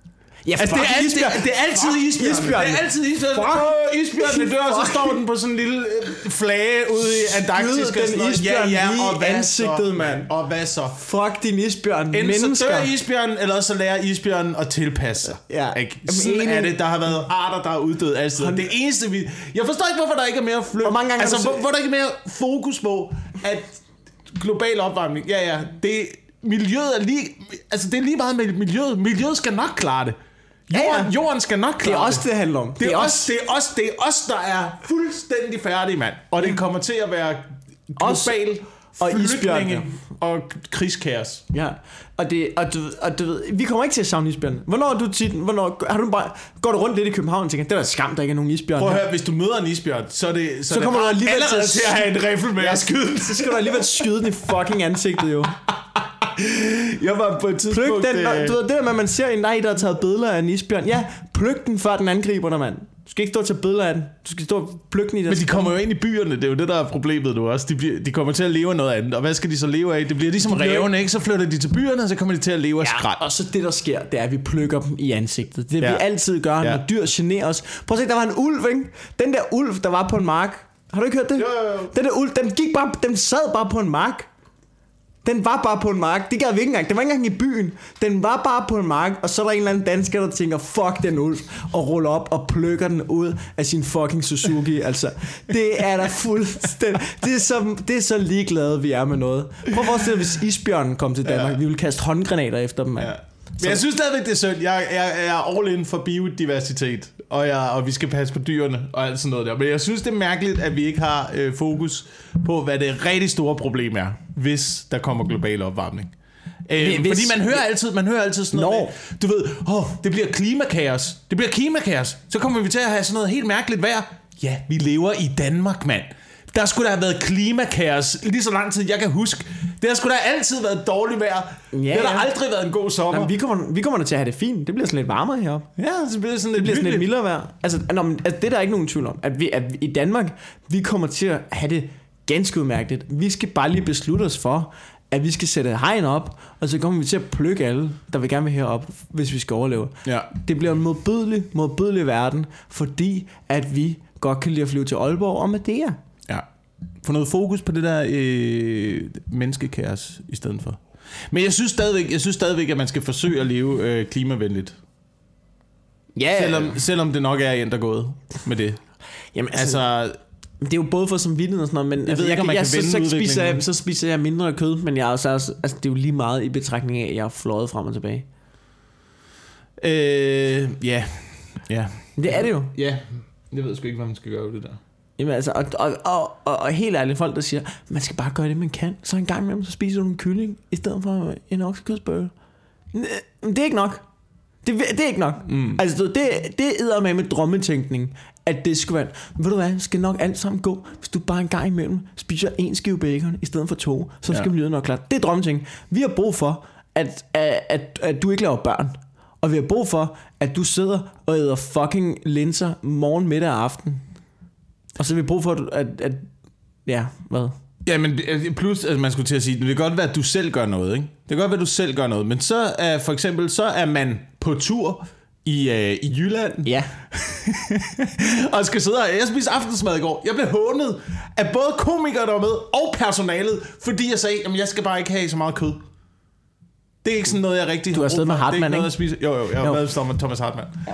Ja, altså, det, er, isbjørn. Det, det er altid isbjørn. isbjørn. Det er altid isbjørn. Fuck. Isbjørnen dør, og så står den på sådan en lille flage ude i Antarktis. Den isbjørn ja, ja, og ansigtet, mand. Og hvad så? Fuck din isbjørn. Enten så dør isbjørnen, eller så lærer isbjørnen at tilpasse sig. Ja. Sådan er det. Der har været arter, der er uddød altid. Det eneste vi... Jeg forstår ikke, hvorfor der ikke er mere flygt. Altså, hvor, hvor der ikke er mere fokus på, at global opvarmning... Ja, ja, det... Miljøet er lige... Altså, det er lige meget med miljøet. Miljøet skal nok klare det. Jorden, ja, ja. Jorden skal nok klare det. Det er også det, det handler om. Det er, det er os, det er os, det er os, der er fuldstændig færdige, mand. Og det kommer til at være global og isbjørne og krigskaos. Ja. Og det og du, og du ved, vi kommer ikke til at savne isbjørne. Hvornår er du tit, hvornår har du bare går du rundt lidt i København og tænker, det er da skam, der ikke er nogen isbjørn. Prøv at høre, hvis du møder en isbjørn, så er det så, så kommer du alligevel til at, til at have en riffel med at skyde. Så skal du alligevel skyde den i fucking ansigtet jo. Jeg var på et tidspunkt... Pløk den, øh... du ved det der med, at man ser en nej, der har taget billeder af en isbjørn. Ja, pløk den, før den angriber dig, mand. Du skal ikke stå og tage billeder af den. Du skal stå og plukke den i dig. Men de kommer jo ind i byerne. Det er jo det, der er problemet nu også. De, bliver, de kommer til at leve af noget andet. Og hvad skal de så leve af? Det bliver ligesom de rævene, ikke? Så flytter de til byerne, og så kommer de til at leve af ja, skrald. Og så det, der sker, det er, at vi plukker dem i ansigtet. Det ja. vi altid gør, når ja. dyr generer os. Prøv at se, der var en ulv, ikke? Den der ulv, der var på en mark. Har du ikke hørt det? Jo, jo, jo. Den der ulv, den gik bare, den sad bare på en mark. Den var bare på en mark. Det gad vi ikke engang. Den var ikke engang i byen. Den var bare på en mark. Og så er der en eller anden dansker, der tænker, fuck den ulv, og ruller op og plukker den ud af sin fucking Suzuki. Altså, det er da fuldstændig... Det er så, det er så ligeglade, vi er med noget. Prøv at forestille dig, hvis isbjørnen kom til Danmark. Ja. Vi ville kaste håndgranater efter dem, mand. Ja. Men jeg synes stadigvæk, det er synd. Jeg, jeg, jeg er all in for biodiversitet, og, jeg, og vi skal passe på dyrene og alt sådan noget der. Men jeg synes, det er mærkeligt, at vi ikke har øh, fokus på, hvad det rigtig store problem er, hvis der kommer global opvarmning. Øh, hvis, fordi man hører altid, man hører altid sådan noget med, du ved, åh, det bliver klimakaos. Det bliver klimakaos. Så kommer vi til at have sådan noget helt mærkeligt vejr. Ja, vi lever i Danmark, mand. Der skulle der have været klimakaos lige så lang tid, jeg kan huske. Det har sgu da altid været dårligt vejr. Ja, det har der aldrig været en god sommer. Nå, vi kommer, vi kommer til at have det fint. Det bliver sådan lidt varmere heroppe. Ja, det bliver sådan lidt, det bliver sådan lidt mildere vejr. Altså, nå, altså, det er der ikke nogen tvivl om. At vi, at vi, i Danmark, vi kommer til at have det ganske udmærket. Vi skal bare lige beslutte os for, at vi skal sætte hegn op, og så kommer vi til at plukke alle, der vil gerne vil herop, hvis vi skal overleve. Ja. Det bliver en modbydelig, modbydelig verden, fordi at vi godt kan lide at flyve til Aalborg og Madeira. Ja. Få noget fokus på det der øh, menneskekaos i stedet for. Men jeg synes stadigvæk, jeg synes stadigvæk at man skal forsøge at leve øh, klimavenligt. Ja, selvom, selvom det nok er en der gået med det. Jamen altså, altså det er jo både for samvittigheden og sådan noget, men jeg altså, ved ikke, om man jeg, kan vende så, så, spiser jeg, så spiser jeg mindre kød, men jeg er også, altså, det er jo lige meget i betragtning af, at jeg er fløjet frem og tilbage. Øh, ja, ja. Det er det jo. Ja, jeg ved sgu ikke, hvad man skal gøre ved det der. Jamen altså, og, og, og, og, og helt ærligt, folk der siger, man skal bare gøre det, man kan. Så en gang imellem, så spiser du en kylling, i stedet for en oksekødsburger. Det er ikke nok. Det, det er ikke nok. Mm. Altså, det, det æder med med drømmetænkning, at det skulle være, ved du hvad, skal nok alt sammen gå, hvis du bare en gang imellem spiser en skive bacon, i stedet for to, så skal ja. miljøet nok klart. Det er drømmetænkning. Vi har brug for, at, at, at, at du ikke laver børn. Og vi har brug for, at du sidder og æder fucking linser morgen, middag og aften. Og så har vi brug for, at... at, at ja, hvad? Ja, men plus, altså man skulle til at sige, det kan godt være, at du selv gør noget, ikke? Det kan godt være, at du selv gør noget. Men så er for eksempel, så er man på tur i, øh, i Jylland. Ja. Og skal sidde her. Jeg spiste aftensmad i går. Jeg blev hånet af både komikere, der var med, og personalet, fordi jeg sagde, at jeg skal bare ikke have så meget kød. Det er ikke sådan noget, jeg rigtig... Du har afsted med Hartmann, ikke? Noget, ikke? Jo, jo, jeg har været med Thomas Hartmann. Ja.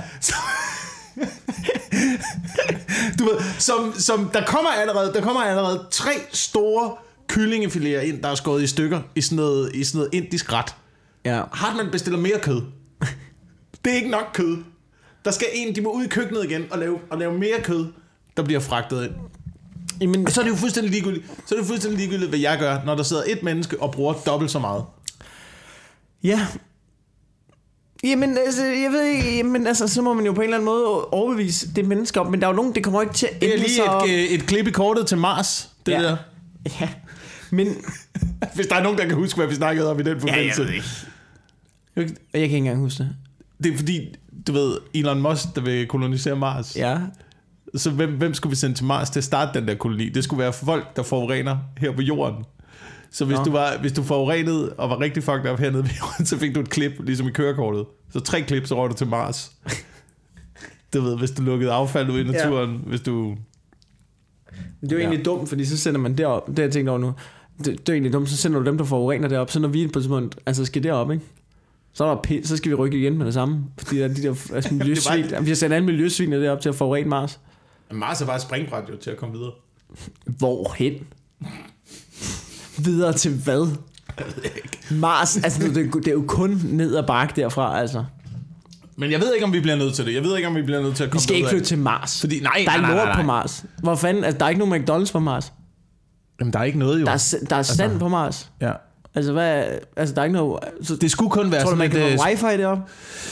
Du ved, som, som der kommer allerede, der kommer allerede tre store kyllingefiléer ind, der er skåret i stykker i sådan noget, i sådan noget indisk ret. Ja. Hartmann bestiller mere kød. Det er ikke nok kød. Der skal en, de må ud i køkkenet igen og lave, og lave mere kød, der bliver fragtet ind. Jamen, så er det jo fuldstændig ligegyldigt. Så er det fuldstændig ligegyldigt, hvad jeg gør, når der sidder et menneske og bruger dobbelt så meget. Ja. Jamen, altså, jeg ved ikke, jamen, altså, så må man jo på en eller anden måde overbevise det menneske op, men der er jo nogen, det kommer ikke til at ændre sig. Det er lige et, et klip i kortet til Mars, det ja. der. Ja, men... Hvis der er nogen, der kan huske, hvad vi snakkede om i den forbindelse. Ja, jeg ved ikke. Jeg kan ikke engang huske det. Det er fordi, du ved, Elon Musk, der vil kolonisere Mars. Ja. Så hvem, hvem skulle vi sende til Mars til at starte den der koloni? Det skulle være folk, der forurener her på jorden. Så hvis, du var, hvis du forurenet og var rigtig fucked up hernede ved jorden, så fik du et klip, ligesom i kørekortet. Så tre klip, så røg du til Mars. Du ved, hvis du lukkede affald ud i naturen, ja. Hvis du... Det er jo egentlig ja. dumt, fordi så sender man derop, det har jeg tænkt over nu, det, det er egentlig dumt, så sender du dem, der forurener derop, så når vi på et tidspunkt, altså skal derop, ikke? Så, er der p- så skal vi rykke igen med det samme, fordi der er de der altså, miljøsvin, bare... vi har sendt alle miljøsvin derop til at forurene Mars. Mars er bare et springbræt jo til at komme videre. Hvorhen? Videre til hvad? Mars, altså det, det er jo kun ned ad bakke derfra, altså. Men jeg ved ikke, om vi bliver nødt til det. Jeg ved ikke, om vi bliver nødt til at komme. Vi skal ikke flytte til Mars. Fordi, nej, der er nej, nej, lort nej. på Mars. Hvor fanden? Altså, der er ikke nogen McDonald's på Mars. Jamen, der er ikke noget jo. Der er, der er sand altså, på Mars. Ja. Altså, hvad... Altså, der er ikke noget... Så, det skulle kun være tror sådan, du, man kan få wifi deroppe?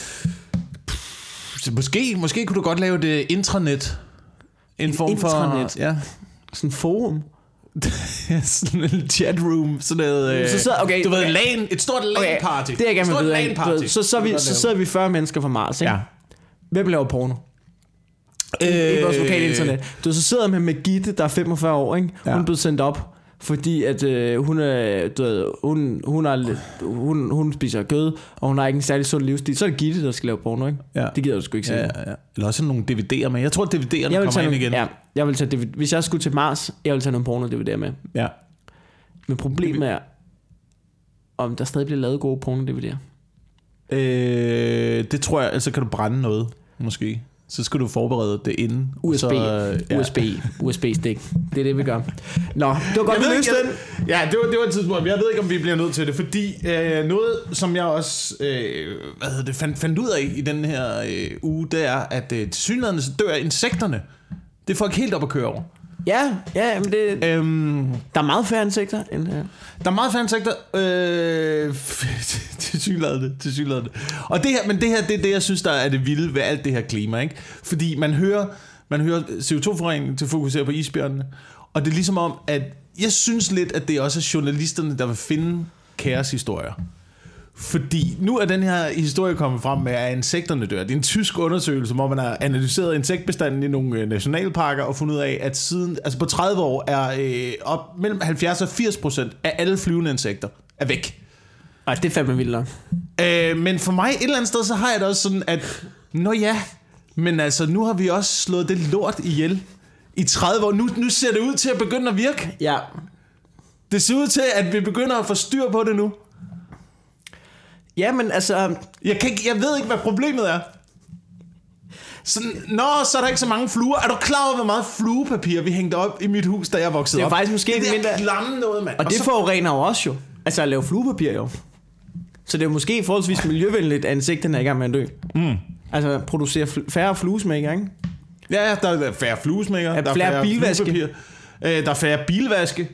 Måske, måske kunne du godt lave det intranet. En, en form intranet. For... Ja. Sådan en forum. Sådan en chatroom. Sådan noget... Så sidder, okay, du ved, okay. LAN, et stort LAN-party. Okay, det er jeg gerne vil vide. Så, så, vi, så sidder vi fyrre mennesker fra Mars, ikke? Ja. Hvem laver porno? Øh, ikke vores lokale internet. Du så sidder med Magitte, der er femogfyrre år, ikke? Hun ja. er blevet sendt op, fordi at øh, hun er, du ved, hun, hun, er, hun, hun spiser kød, og hun har ikke en særlig sund livsstil. Så er det Gitte, der skal lave porno, ikke? Ja. Det gider du sgu ikke se. Ja, ja, ja. Eller også nogle D V D'er med. Jeg tror, D V D'erne kommer ind nogle, igen. Ja, jeg vil tage D V D. Hvis jeg skulle til Mars, jeg vil tage nogle porno-D V D'er med. Ja. Men problemet er, om der stadig bliver lavet gode porno-D V D'er. Øh, det tror jeg, altså kan du brænde noget, måske. Så skal du forberede det inden. U S B, så, ja. U S B, U S B-stik. Det er det, vi gør. Nå, det var godt, vi løste den. Ja, det var, det var et tidspunkt. Jeg ved ikke, om vi bliver nødt til det, fordi øh, noget, som jeg også øh, hvad hedder det, fandt, fandt ud af i den her øh, uge, det er, at øh, tilsyneladende så dør insekterne. Det er folk helt op at køre over. Ja, ja, men det, øhm, der er meget færre insekter end her. Der er meget færre insekter. Øh, tilsyneladende, tilsyneladende. Og det her, men det her, det er det, jeg synes, der er det vilde ved alt det her klima, ikke? Fordi man hører, man hører C O to-forurening til at fokusere på isbjørnene, og det er ligesom om, at jeg synes lidt, at det også er journalisterne, der vil finde kaoshistorier. Fordi nu er den her historie kommet frem med, at insekterne dør. Det er en tysk undersøgelse, hvor man har analyseret insektbestanden i nogle nationalparker og fundet ud af, at siden, altså på tredive år er øh, op mellem halvfjerds og firs procent af alle flyvende insekter er væk. Ej, det er fandme vildt nok. Øh, men for mig et eller andet sted, så har jeg det også sådan, at nå ja, men altså nu har vi også slået det lort ihjel i tredive år. Nu, nu ser det ud til at begynde at virke. Ja. Det ser ud til, at vi begynder at få styr på det nu. Ja, men altså... Jeg, kan ikke, jeg ved ikke, hvad problemet er. Så, nå, så er der ikke så mange fluer. Er du klar over, hvor meget fluepapir vi hængte op i mit hus, da jeg voksede op? Det er faktisk måske det mindre... Det er klamme noget, mand. Og, og det så... forurener jo også jo. Altså at lave fluepapir jo. Så det er måske forholdsvis miljøvenligt, at insekterne er i gang med at dø. Mm. Altså producere færre fluesmækker, ikke? Ja, der er færre fluesmækker. Ja, der er færre, færre bilvaske. Øh, der er færre bilvaske.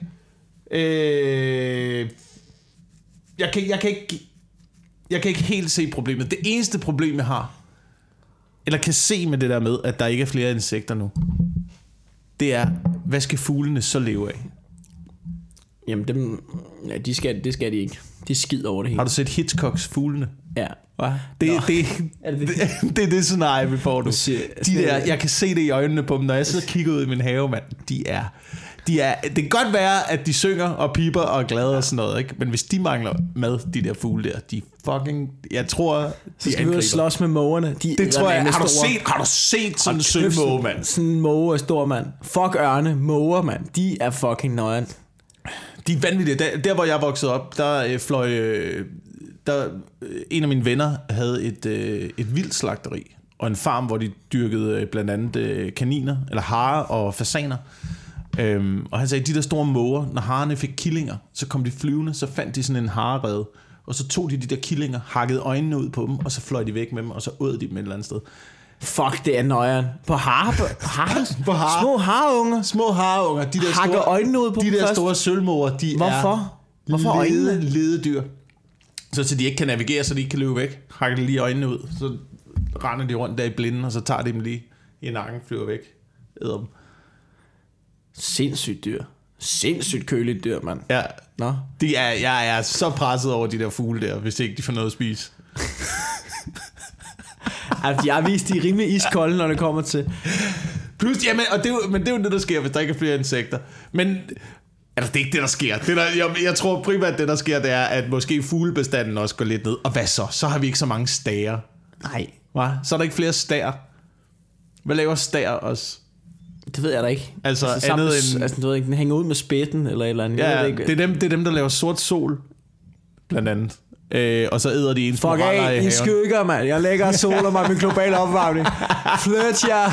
Øh... Jeg, kan, jeg kan ikke... Jeg kan ikke helt se problemet. Det eneste problem, jeg har, eller kan se med det der med, at der ikke er flere insekter nu, det er, hvad skal fuglene så leve af? Jamen, dem, ja, de skal, det skal de ikke. De skider over det hele. Har du set Hitchcocks Fuglene? Ja. Hvad? Det, det, er det, det? det, det er det scenarie, vi får nu. De der, jeg kan se det i øjnene på dem, når jeg sidder og kigger ud i min have, mand. De er... De er, det kan godt være, at de synger og piper og er glade og sådan noget, ikke? Men hvis de mangler mad, de der fugle der, de fucking... Jeg tror, de så skal vi ud og slås med mågerne. De det tror jeg. Har du, set, har du set sådan en sølvmåge, mand? Sådan en måge er stor, mand. Fuck ørne, måger, mand. De er fucking nøjeren. De er vanvittige. Der, der hvor jeg voksede op, der øh, fløj... Øh, der, øh, en af mine venner havde et, øh, et vildt slagteri og en farm, hvor de dyrkede øh, blandt andet øh, kaniner, eller harer og fasaner. Øhm, og han sagde, de der store måger, når harerne fik killinger, så kom de flyvende, så fandt de sådan en harerede, og så tog de de der killinger, hakkede øjnene ud på dem, og så fløj de væk med dem, og så åd de dem et eller andet sted. Fuck, det er nøjeren. På har, har, på har. Små harunger. Små harunger. De der hakker store, øjnene ud på de dem der først. store sølvmåger, de Hvorfor? er Hvorfor lede, lededyr. Så, så de ikke kan navigere, så de ikke kan løbe væk. Hakker de lige øjnene ud, så render de rundt der i blinden, og så tager de dem lige i nakken, flyver væk, æder dem. Sindssygt dyr. Sindssygt køligt dyr, mand. Ja. Nå. De er, jeg er så presset over de der fugle der, hvis ikke de får noget at spise. Altså, jeg har vist, de er rimelig iskolde, når det kommer til... Plus, jamen, og det er jo, men det er jo det, der sker, hvis der ikke er flere insekter. Men Altså, det er ikke det, der sker. Det der, jeg, jeg tror primært, det der sker, det er, at måske fuglebestanden også går lidt ned. Og hvad så? Så har vi ikke så mange stære. Nej. Hva? Så er der ikke flere stær. Hvad laver stær også? Det ved jeg da ikke. Altså, altså andet sammen, end... Altså, du ved ikke, den hænger ud med spætten eller et eller andet. Ja, jeg ved ikke. Det, er dem, det er dem, der laver sort sol. Blandt andet. Øh, og så æder de ens moraller i haven. Fuck af, I skygger, mand. Jeg lægger og soler mig med global opvarmning. Flyt jer.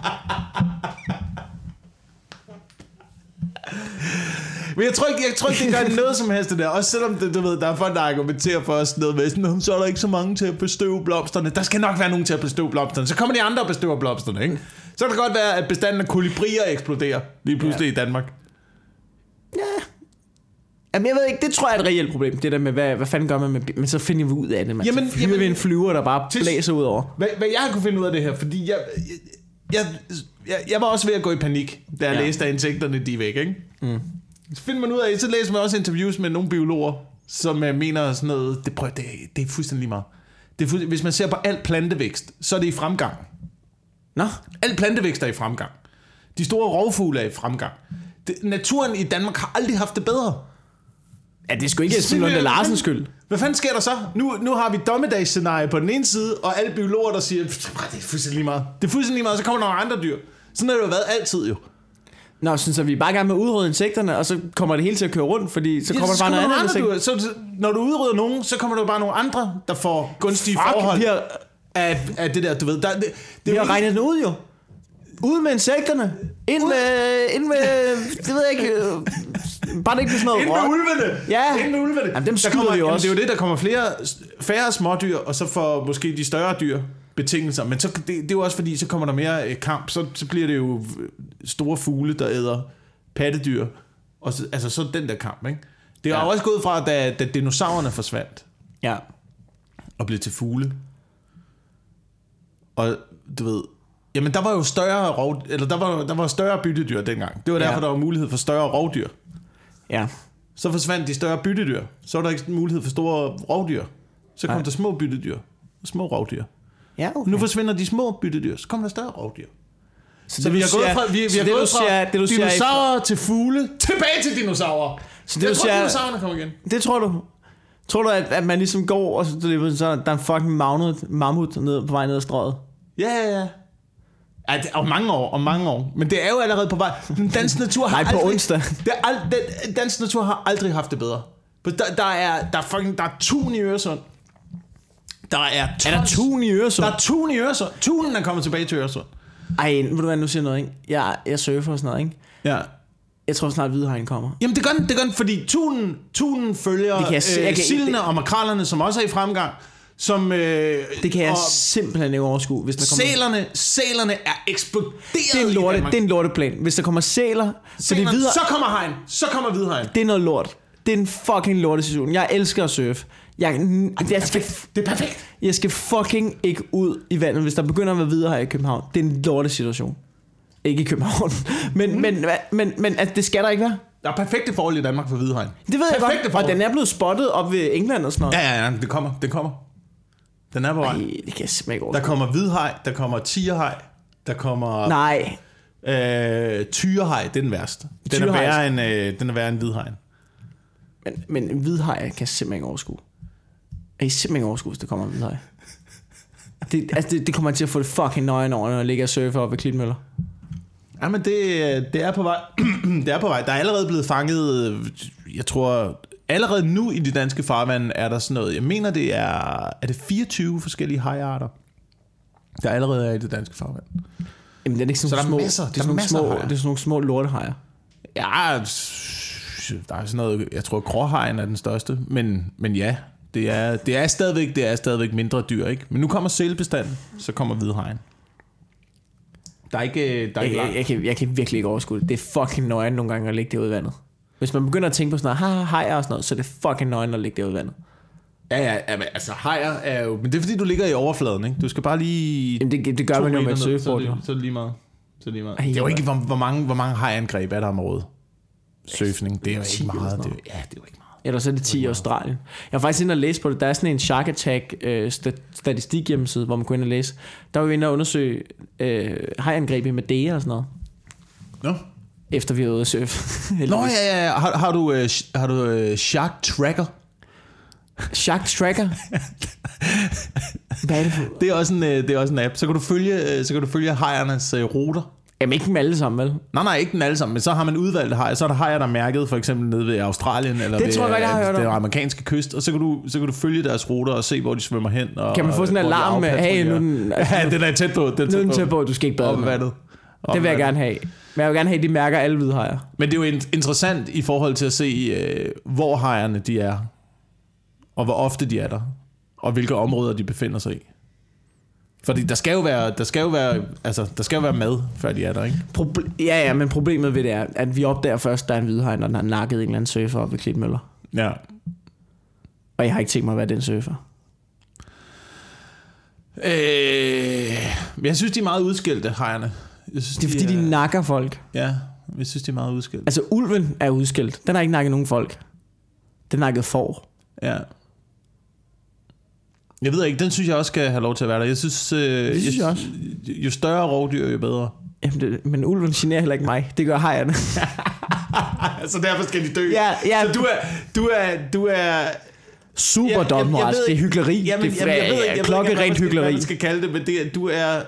Men jeg tror ikke, jeg tror ikke det gør noget som helst det der. Også selvom det, du ved, der er folk, der argumenterer for os noget med sådan, så er der ikke så mange til at bestøve blomsterne. Der skal nok være nogen til at bestøve blomsterne. Så kommer de andre og bestøver blomsterne, ikke? Så kan det godt være, at bestanden af kolibrier eksploderer lige pludselig ja. i Danmark. Ja. Jamen jeg ved ikke, det tror jeg er et reelt problem. Det der med, hvad, hvad fanden gør man med... Men så finder vi ud af det, man. Jamen, så fyrer vi en flyver, der bare til, blæser ud over. Hvad, hvad jeg kunne finde ud af det her, fordi jeg... Jeg, jeg, jeg var også ved at gå i panik, da jeg ja. læste, at insekterne de er væk, ikke? Mm. Så finder man ud af, så læser man også interviews med nogle biologer, som uh, mener sådan noget, det, prøv, det, det er fuldstændig lige meget. Det er fuldstændig, hvis man ser på alt plantevækst, så er det i fremgang. Nå? Alt plantevækst er i fremgang. De store rovfugle er i fremgang. Det, naturen i Danmark har aldrig haft det bedre. Ja, det er sgu ikke Esben Lunde Larsens skyld. Hvad fanden sker der så? Nu, nu har vi dommedagsscenarie på den ene side, og alle biologer, der siger, det er fuldstændig lige meget. Det er fuldstændig lige meget, så kommer der nogle andre dyr. Sådan har det jo været altid jo. Nå, synes jeg, vi er bare gerne med at udrydde insekterne, og så kommer det hele til at køre rundt, fordi så kommer ja, så der bare noget andet. Andre, så, så, når du udrydder nogen, så kommer der bare nogle andre, der får gunstige Fuck, forhold har, af, af det der, du ved. Der, det, det vi har regnet den ud jo. Ud med insekterne. Ind ud. med, ind med, det ved jeg ikke, bare det ikke bliver sådan noget. Ind med ulvene. Ja. Ind med ulvene. Jamen, dem skyder vi jo også. Det er jo det, der kommer flere, færre smådyr, og så får måske de større dyr betingelser. Men så, det, det er jo også fordi, så kommer der mere kamp, så, så bliver det jo store fugle, der æder pattedyr. Og så, altså så den der kamp, ikke? Det er ja. jo også gået fra, da, da dinosaurerne forsvandt. Ja. Og blev til fugle. Og du ved, jamen der var jo større rov, eller der var der var større byttedyr dengang. Det var derfor ja. der var mulighed for større rovdyr. Ja. Så forsvandt de større byttedyr. Så var der ikke mulighed for store rovdyr. Så kom Nej. der små byttedyr og små rovdyr. Ja, okay. Nu forsvinder de små byttedyr, så kommer der større rovdyr. Så, så vi har gået fra, vi, vi har det, gået fra siger, det, dinosaurer til fugle, tilbage til dinosaurer. Så det, jeg tror, siger, dinosaurerne kommer igen. Det tror du? Tror du, at, at man ligesom går, og så, så der er en fucking mammut, mammut ned, på vej ned ad strøget? Ja, ja, ja. Ja, det er om mange år, om mange år. Men det er jo allerede på vej. Den danske natur har Nej, på aldrig, onsdag. Det er ald, den danske natur har aldrig haft det bedre. Der, der er der er fucking der er tun i Øresund. Der er tons, Er der tun i Øresund? Der er tun i Øresund. Tunen er kommet tilbage til Øresund. Ej, ved du hvad, nu siger noget, ikke? Jeg, jeg surfer og sådan noget, ikke? Ja. Jeg tror snart, Hvidhajen kommer. Jamen det gør den, det gør den, fordi tunen, tunen følger det kan jeg se, øh, sildene og makrallerne, som også er i fremgang. Som, øh, det kan jeg simpelthen ikke overskue, hvis der kommer... Sælerne, sælerne er eksploderet det er en lorte, i Danmark. Det er en lorteplan. Hvis der kommer sæler... Sælerne, videre, så kommer hegn. Så kommer Hvidhajen. Det er noget lort. Det er en fucking lortesituation. Jeg elsker at surfe. Jeg, jeg, jeg skal, det er perfekt. Jeg skal fucking ikke ud i vandet, hvis der begynder at være Hvidhajen i København. Det er en lortesituation. Ikke i København. Men, mm. men, men, men, men at det skal der ikke være. Der er perfekte forhold i Danmark for Hvidhajen. Det ved perfekte jeg godt. Forhold. Og den er blevet spottet op ved England og sådan noget. Ja, ja, ja. Det kommer. Det kommer. Den er på vej. Ej, det kan jeg simpelthen ikke Der kommer hvidhaj, der kommer tigerhaj, der kommer... Nej. Øh, tyrehaj, det er den værste. Den er værre end, øh, den er værre end hvidhajen. Men, men en hvidhaj kan jeg simpelthen ikke overskue. Jeg kan simpelthen ikke overskue, hvis der kommer en hvidhaj. Det, altså det, det kommer til at få det fucking nøgen over, når jeg ligger og surfer op ved Klitmøller. Jamen det, det er på vej. Det er på vej. Der er allerede blevet fanget, jeg tror... Allerede nu i de danske farvande er der sådan noget, jeg mener det er, er det fireogtyve forskellige hajarter, der allerede er i det danske farvand. Jamen det er ikke sådan så små, masser, det er sådan små, det er sådan nogle små lortehajer. Ja, der er sådan noget, jeg tror gråhajen er den største, men, men ja, det er, det er stadigvæk, det er stadigvæk mindre dyr, ikke? Men nu kommer sælbestanden, så kommer hvidhajen. Der er ikke, der er ikke jeg, jeg, jeg, kan, jeg kan virkelig ikke overskue det. Det er fucking nøjen nogle gange at ligge derude i vandet. Hvis man begynder at tænke på sådan noget, hajer og sådan noget, så er det fucking nøgen at ligge derude i vandet. Ja, ja, ja, altså hajer er jo... Men det er fordi, du ligger i overfladen, ikke? Du skal bare lige... Jamen, det, det gør man jo med et surfboard, jo. Så er det lige meget. Så er det lige meget. Ej, det er jo ikke, hvor, hvor mange, hvor mange hajangreb er der om året? Surfning, det er jo ikke meget. Det er, ja, det er jo ikke meget. Eller så er det ti i Australien. Jeg har faktisk inde og læse på det. Der er sådan en Shark Attack øh, statistik hjemmeside, hvor man går ind og læse. Der var vi inde og undersøge øh, hajangreb i Madeira og sådan noget. Nå. Efter vi har ude at surfe. Nå ja, ja, ja. Har, har du, uh, har du uh, Shark Tracker? Shark Tracker? Hvad er det for? Det er også en, det er også en app. Så kan du følge, så kan du følge hajernes uh, ruter. Jamen ikke dem alle sammen, vel? Nej, nej, ikke den alle sammen, men så har man udvalgte hajer. Så er der hajer, der er mærket for eksempel nede ved Australien, eller det ved tror jeg, jeg har hørt om. den amerikanske kyst, og så kan, du, så kan du følge deres ruter og se, hvor de svømmer hen. Og, kan man få sådan en alarm med, hey, nu den... Ja, den er tæt på. Den er tæt på, du skal ikke bade med. Det vil jeg gerne have. Men jeg vil gerne have, at de mærker alle hvide hajer. Men det er jo interessant i forhold til at se, hvor hajerne de er, og hvor ofte de er der, og hvilke områder de befinder sig i. Fordi der skal jo være, der skal jo være, altså der skal jo være mad, før de er der, ikke? Proble- ja, ja, men problemet ved det er, at vi opdager først, der er en hvidhaj, når den har nakket en eller anden surfer op ved Klitmøller. Ja. Og jeg har ikke tænkt mig at være den surfer. Øh, jeg synes, de er meget udskilte, hajerne. Jeg synes, det er de fordi, er... de nakker folk. Ja, jeg synes, de er meget udskilt. Altså, ulven er udskilt. Den har ikke nakket nogen folk. Den nakket får. Ja. Jeg ved ikke, den synes jeg også skal have lov til at være der. Jeg synes, øh, det synes jeg, jeg også. Jo større rovdyr, jo bedre. Jamen det, men ulven generer heller ikke mig. Det gør hajerne. Så derfor skal de dø. Ja, ja. Så du er... Du er, du er super dobbeltmoral. Det er hykleri. Jamen, det er jeg, jeg ved ikke, klokkerent hykleri. Hvad man skal kalde det, men det, du er...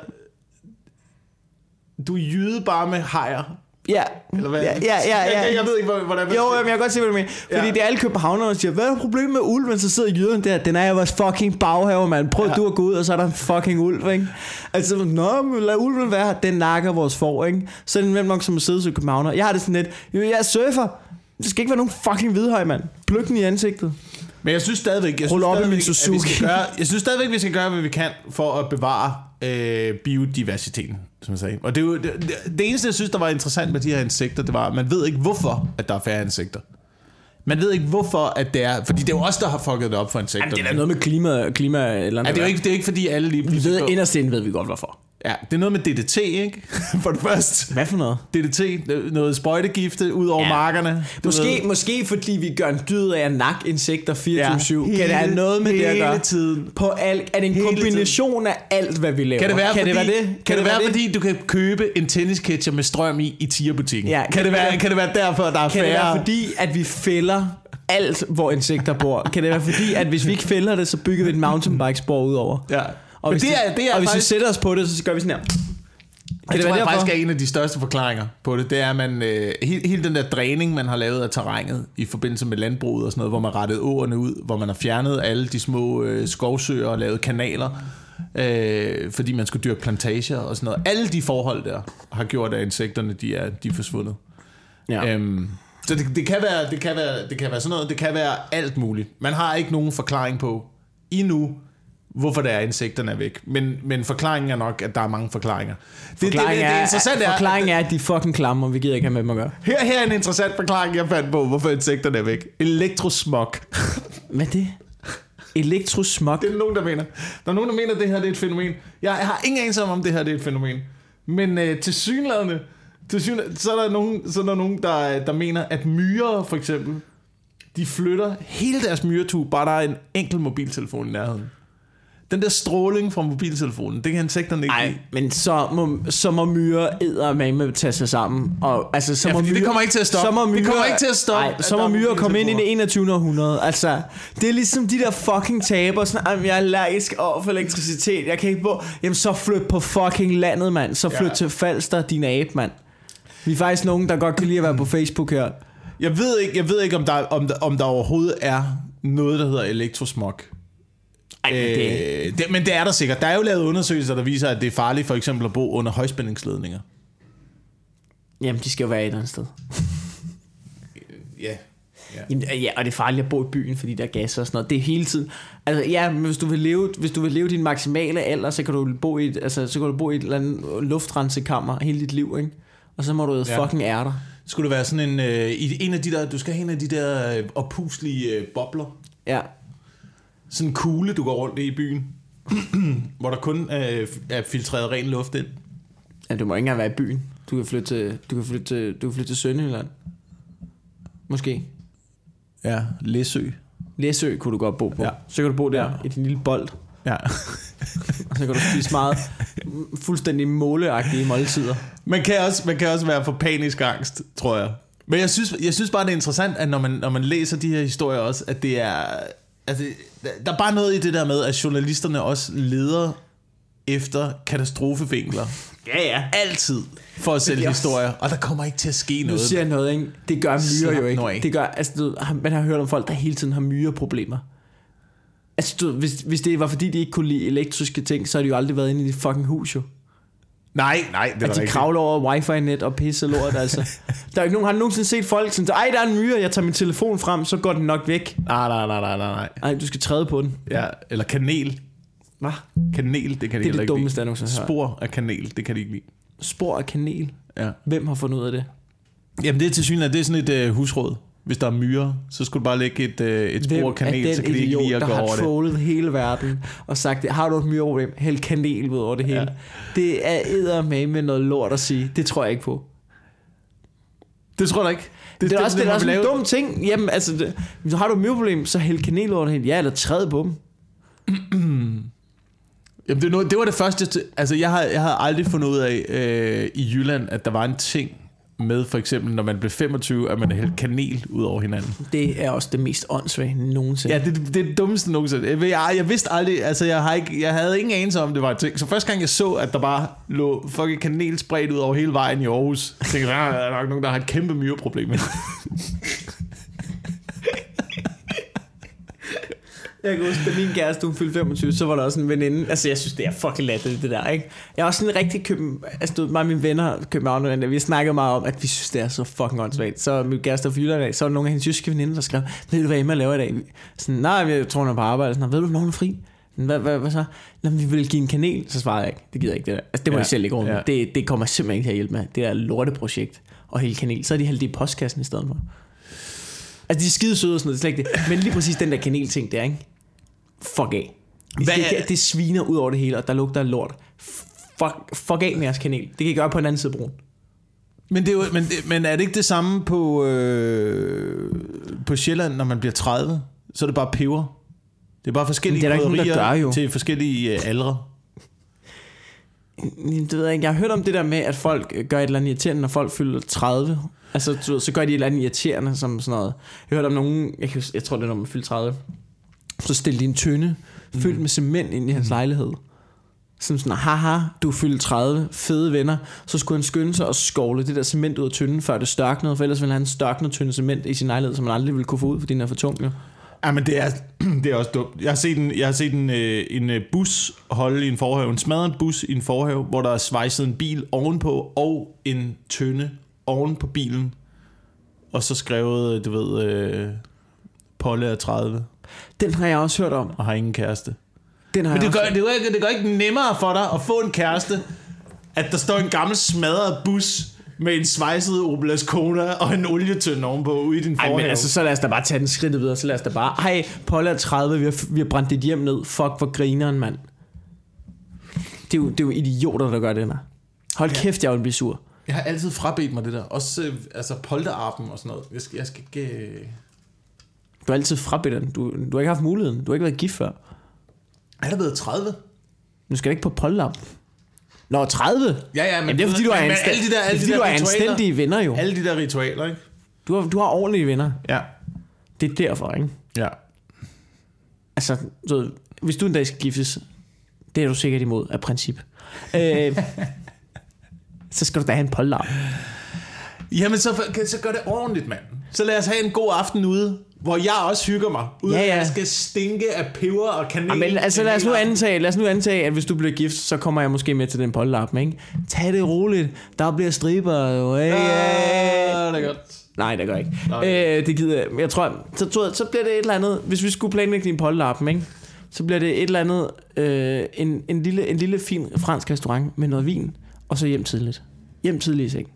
Du er jyde bare med hajer. Ja. Eller hvad? Ja, ja, ja, ja. Jeg, jeg ved ikke, hvordan... Jo, jamen, jeg kan godt se, hvad du mener. Fordi ja. Det er alle københavnere, der siger, hvad er problemet med ulven? Så sidder jyden der, den er jo vores fucking baghave, mand. Prøv ja. Du at gå ud, og så er der en fucking ulv, ikke? Altså, nå, men lad ulven være her. Den nakker vores får, ikke? Så er det nemt nok som at sidde som københavner. Jeg har det sådan lidt, jeg er surfer. Det skal ikke være nogen fucking hvidhøj, mand. Pluk den i ansigtet. Men jeg synes stadigvæk, jeg synes stadigvæk, at vi skal gøre, jeg synes stadigvæk, vi skal gøre, hvad vi kan for at bevare øh, biodiversiteten, som jeg sagde. Og det, er jo, det, det, det eneste, jeg synes, der var interessant med de her insekter, det var, at man ved ikke, hvorfor at der er færre insekter. Man ved ikke, hvorfor at det er, fordi det er jo os, der har fucket det op for insekter. Jamen, det er noget med klima, klima eller noget. Ja, det er jo ikke, det er ikke fordi alle lige... Vi ved, inderst inden ved vi godt, hvorfor. Ja, det er noget med D D T, ikke? For det første. Hvad for noget? D D T, noget sprøjtegifte ud over ja. markerne. Måske, måske fordi vi gør en dyd af at nakke insekter fireogtyve syv. Ja, kan det have noget med det at gøre? Hele tiden. På alt. Er det en hele kombination tiden. Af alt, hvad vi laver? Kan det være, kan fordi, det, være det? Kan, kan det være, det? Fordi du kan købe en tennisketcher med strøm i i Tier-butikken? Ja, kan, kan, det være, kan det være derfor, der er kan færre? Kan det være fordi, at vi fælder alt, hvor insekter bor? Kan det være fordi, at hvis vi ikke fælder det, så bygger vi et mountainbike-spor ud over? Ja. Og hvis, det er, det er og hvis faktisk... vi sætter os på det, så gør vi sådan her. Kan det tror jeg faktisk er en af de største forklaringer på det. Det er, at man, øh, hele, hele den der dræning, man har lavet af terrænet i forbindelse med landbruget og sådan noget, hvor man rettede åerne ud, hvor man har fjernet alle de små øh, skovsøer og lavet kanaler, øh, fordi man skulle dyrke plantager og sådan noget. Alle de forhold der har gjort, at insekterne de er, de er forsvundet. Ja. Øhm, så det, det, kan være, det, kan være, det kan være sådan noget, det kan være alt muligt. Man har ikke nogen forklaring på endnu, hvorfor det er, insekterne er væk. Men, men forklaringen er nok, at der er mange forklaringer. Det, forklaringen det, det, det, det interessante er, forklaringen er, at de er fucking klamme, og vi gider ikke have med dem at gøre. Her, her er en interessant forklaring, jeg fandt på, hvorfor insekterne er væk. Elektrosmog. Hvad er det? Elektrosmog? Det er nogen, der mener. Der er nogen, der mener, at det her det er et fænomen. Jeg har ingen anelse om, om det her det er et fænomen. Men øh, til synlædende, til synlædende, så er der nogen, så er der, nogen der, der mener, at myrer for eksempel, de flytter hele deres myretue, bare der er en enkelt mobiltelefon i nærheden. Den der stråling fra mobiltelefonen, det kan insekterne ikke. Nej, men så må, så må myrer eddermame tage sig sammen. Og, altså, så ja, må myrer, det kommer ikke til at stoppe. Så må myrer, det kommer ikke til at stoppe. Nej, så må myrer komme ind i det enogtyvende århundrede. Altså, det er ligesom de der fucking taber, sådan, jeg er allergisk over for elektricitet, jeg kan ikke bo. Jamen, så flyt på fucking landet, mand. Så flyt ja. Til Falster, din abe, mand. Vi er faktisk nogen, der godt kan lide at være på Facebook her. Jeg ved ikke, jeg ved ikke om, der, om, der, om der overhovedet er noget, der hedder elektrosmog. Ej, men, det... Øh, det, men det er der sikkert. Der er jo lavet undersøgelser, der viser, at det er farligt for eksempel at bo under højspændingsledninger. Jamen, de skal jo være et eller andet sted. Ja. Ja. Jamen, ja, og det er farligt at bo i byen, fordi der er gas og sådan noget. Det er hele tiden. Altså, ja, men hvis du vil leve, hvis du vil leve din maksimale alder, så kan du bo i et, altså, så kan du bo i et eller andet luftrensekammer hele dit liv, ikke? Og så må du ja. Fucking ærter. Skulle du være sådan en øh, en af de der, du skal have en af de der øh, oppuslige øh, bobler. Ja. Sådan en kugle, du går rundt i i byen, hvor der kun øh, er filtreret ren luft ind. Ja, du må ikke engang være i byen. Du kan flytte til, du kan flytte til, du kan flytte til Sønderjylland. Måske. Ja, Læsø. Læsø kunne du godt bo på. Ja. Så kan du bo der ja. I din lille bold. Ja. Og så kan du spise meget fuldstændig måleagtige måltider. Man kan også, man kan også være for panisk angst, tror jeg. Men jeg synes, jeg synes bare, det er interessant, at når man, når man læser de her historier også, at det er... Altså, der er bare noget i det der med, at journalisterne også leder efter katastrofevinkler. Ja, ja. Altid for at sælge historier. Og der kommer ikke til at ske noget. Nu siger jeg noget, ikke? Det gør myrer jo ikke. Det gør, altså, du, man har hørt om folk, der hele tiden har myreproblemer. Altså, du, hvis, hvis det var fordi, de ikke kunne lide elektriske ting, så har de jo aldrig været inde i dit fucking hus, jo. Nej, nej, det er de ikke. kravler over wifi-net og pisse lort, altså. Der er ikke nogen, har nogensinde set folk sådan, ej, der er en myre, jeg tager min telefon frem, så går den nok væk. Nej, nej, nej, nej, nej. Nej, du skal træde på den. Ja, eller kanel. Hvad? Kanel, det kan de det er det dummeste, jeg nogensinde har. Spor af kanel, det kan de ikke lide. Spor af kanel? Ja. Hvem har fundet ud af det? Jamen det er til synligheden, det er sådan et uh, husråd. Hvis der er myrer, så skulle du bare lægge et, uh, et spor af kanel, så kan de ikke lide at gå over det. der har trollet hele verden og sagt, har du et myreproblem, hæld kanel ud over det hele. Ja. Det er eddermame med noget lort at sige. Det tror jeg ikke på. Det tror jeg ikke. Det, det er det, også, det, det er også en dum ting. Jamen altså, det, hvis du har du et myreproblem, så hæld kanel over det hele. Ja, eller træd på dem. Jamen det, det var det første. Altså jeg har jeg havde aldrig fundet ud af øh, i Jylland, at der var en ting med for eksempel når man blev femogtyve, at man hældte kanel ud over hinanden. Det er også det mest åndssvage nogensinde. Ja, det, det, det er det dummeste nogensinde. Jeg, jeg, jeg vidste aldrig, altså jeg, har ikke, jeg havde ingen anelse om det var en ting. Så første gang jeg så, at der bare lå fucking kanel spredt ud over hele vejen i Aarhus, tænkte jeg, der er nok nogen der har et kæmpe myreproblem med. Jeg kan huske, da min kæreste, hun fyldte femogtyve, så var der også en veninde. Altså, jeg synes, det er fucking latterligt, det der, ikke? Jeg er også sådan en rigtig køben... Altså, du, mig og mine venner københavn, vi har snakket meget om, at vi synes, det er så fucking åndssvagt. Så min kæreste fra Jylland, så var der nogle af hendes jyske veninder, der skrev, ved du, hvad Emma laver i dag? Sådan, nej, jeg tror, hun er på arbejde. Sådan, ved du, når hun er fri? Hvad, hvad, hvad så? Nå, vi vil give en kanel. Så svarede jeg ikke. Det gider jeg ikke, det der. Altså, det må ja, jeg selv ikke rundt. Ja. Det, det kommer simpelthen ikke til at hjælpe med. Det der lorteprojekt og hele kanel. Så er de hældt i postkassen i stedet for. Altså, de er skide søde og sådan noget, det er slet ikke det. Men lige præcis den der kanel-ting der, ikke? Fuck af. Det, det, det sviner ud over det hele, og der lugter lort. Fuck, fuck af med jeres kanel. Det kan I gøre på en anden side af broen. Men, det er jo, men, men er det ikke det samme på, øh, på Sjælland, når man bliver tredive? Så er det bare peber. Det er bare forskellige krydderier til forskellige øh, aldre. Det ved jeg ikke. Jeg har hørt om det der med, at folk gør et eller andet irriterende, når folk fylder tredive. Altså, så gør de et eller andet irriterende, som sådan noget. Jeg har hørt om nogen, jeg, kan, jeg tror det er, når man fylder tredive. Så stillede de en tønde mm. fyldt med cement ind i hans mm. lejlighed. Som sådan, haha, du er fyldt tredive, fede venner. Så skulle han skynde sig og skovle det der cement ud af tønden, før det størknede. For ellers ville han størkne tynde cement i sin lejlighed, som man aldrig ville kunne få ud, fordi den er for tung. Jo. Ja, men det er, det er også dumt. Jeg har set en, jeg har set en, en bus holde i en forhave, en smadret bus i en forhave, hvor der er svejset en bil ovenpå, og en tønde oven på bilen. Og så skrevet, du ved, øh, Polle er tredive. Den har jeg også hørt om. Og har ingen kæreste. Den har Men det gør, også... det, gør ikke, det gør ikke nemmere for dig at få en kæreste, at der står en gammel smadret bus med en svejset Opel Ascona og en olietønde ovenpå ude i din forhave. Ej, men altså, så lad os da bare tage den skridt videre. Så lad os da bare, hej, Polle er tredive, vi har, vi har brændt dit hjem ned. Fuck, hvor grineren, mand. Det er jo, det er jo idioter, der gør det her. Hold ja. Kæft, jeg vil blive sur. Jeg har altid frabedt mig det der. Også altså polterappen og sådan noget. Jeg skal, jeg skal ikke... Du har altid frabedt den. Du, du har ikke haft muligheden. Du har ikke været gift før. Er der blevet tredive? Nu skal du ikke på polterappen. Nå, tredive? Ja, ja, men, men det er fordi, du har, men, anstand... alle de der, alle det er, fordi, de der du har anstændige venner jo. Alle de der ritualer, ikke? Du har, du har ordentlige venner. Ja. Det er derfor, ikke? Ja. Altså, så, hvis du en dag skal giftes, det er du sikkert imod af princip. øh, så skal du da have en polterap. Jamen, så, så gør det ordentligt, mand. Så lad os have en god aften ude, hvor jeg også hygger mig, uden ja, ja. at jeg skal stinke af peber og kanel. Jamen, altså lad os, nu antage, lad os nu antage, at hvis du bliver gift, så kommer jeg måske med til den polterappen, ikke? Tag det roligt, der bliver striber jo. Hey, ja, hey. det er godt. Nej, det gør jeg ikke. Øh, det gider jeg. Jeg tror, så, tror jeg, så bliver det et eller andet, hvis vi skulle planlægge din polterappen, ikke? Så bliver det et eller andet, øh, en, en, lille, en lille fin fransk restaurant med noget vin, og så hjem tidligt. Hjem tidligt, ikke?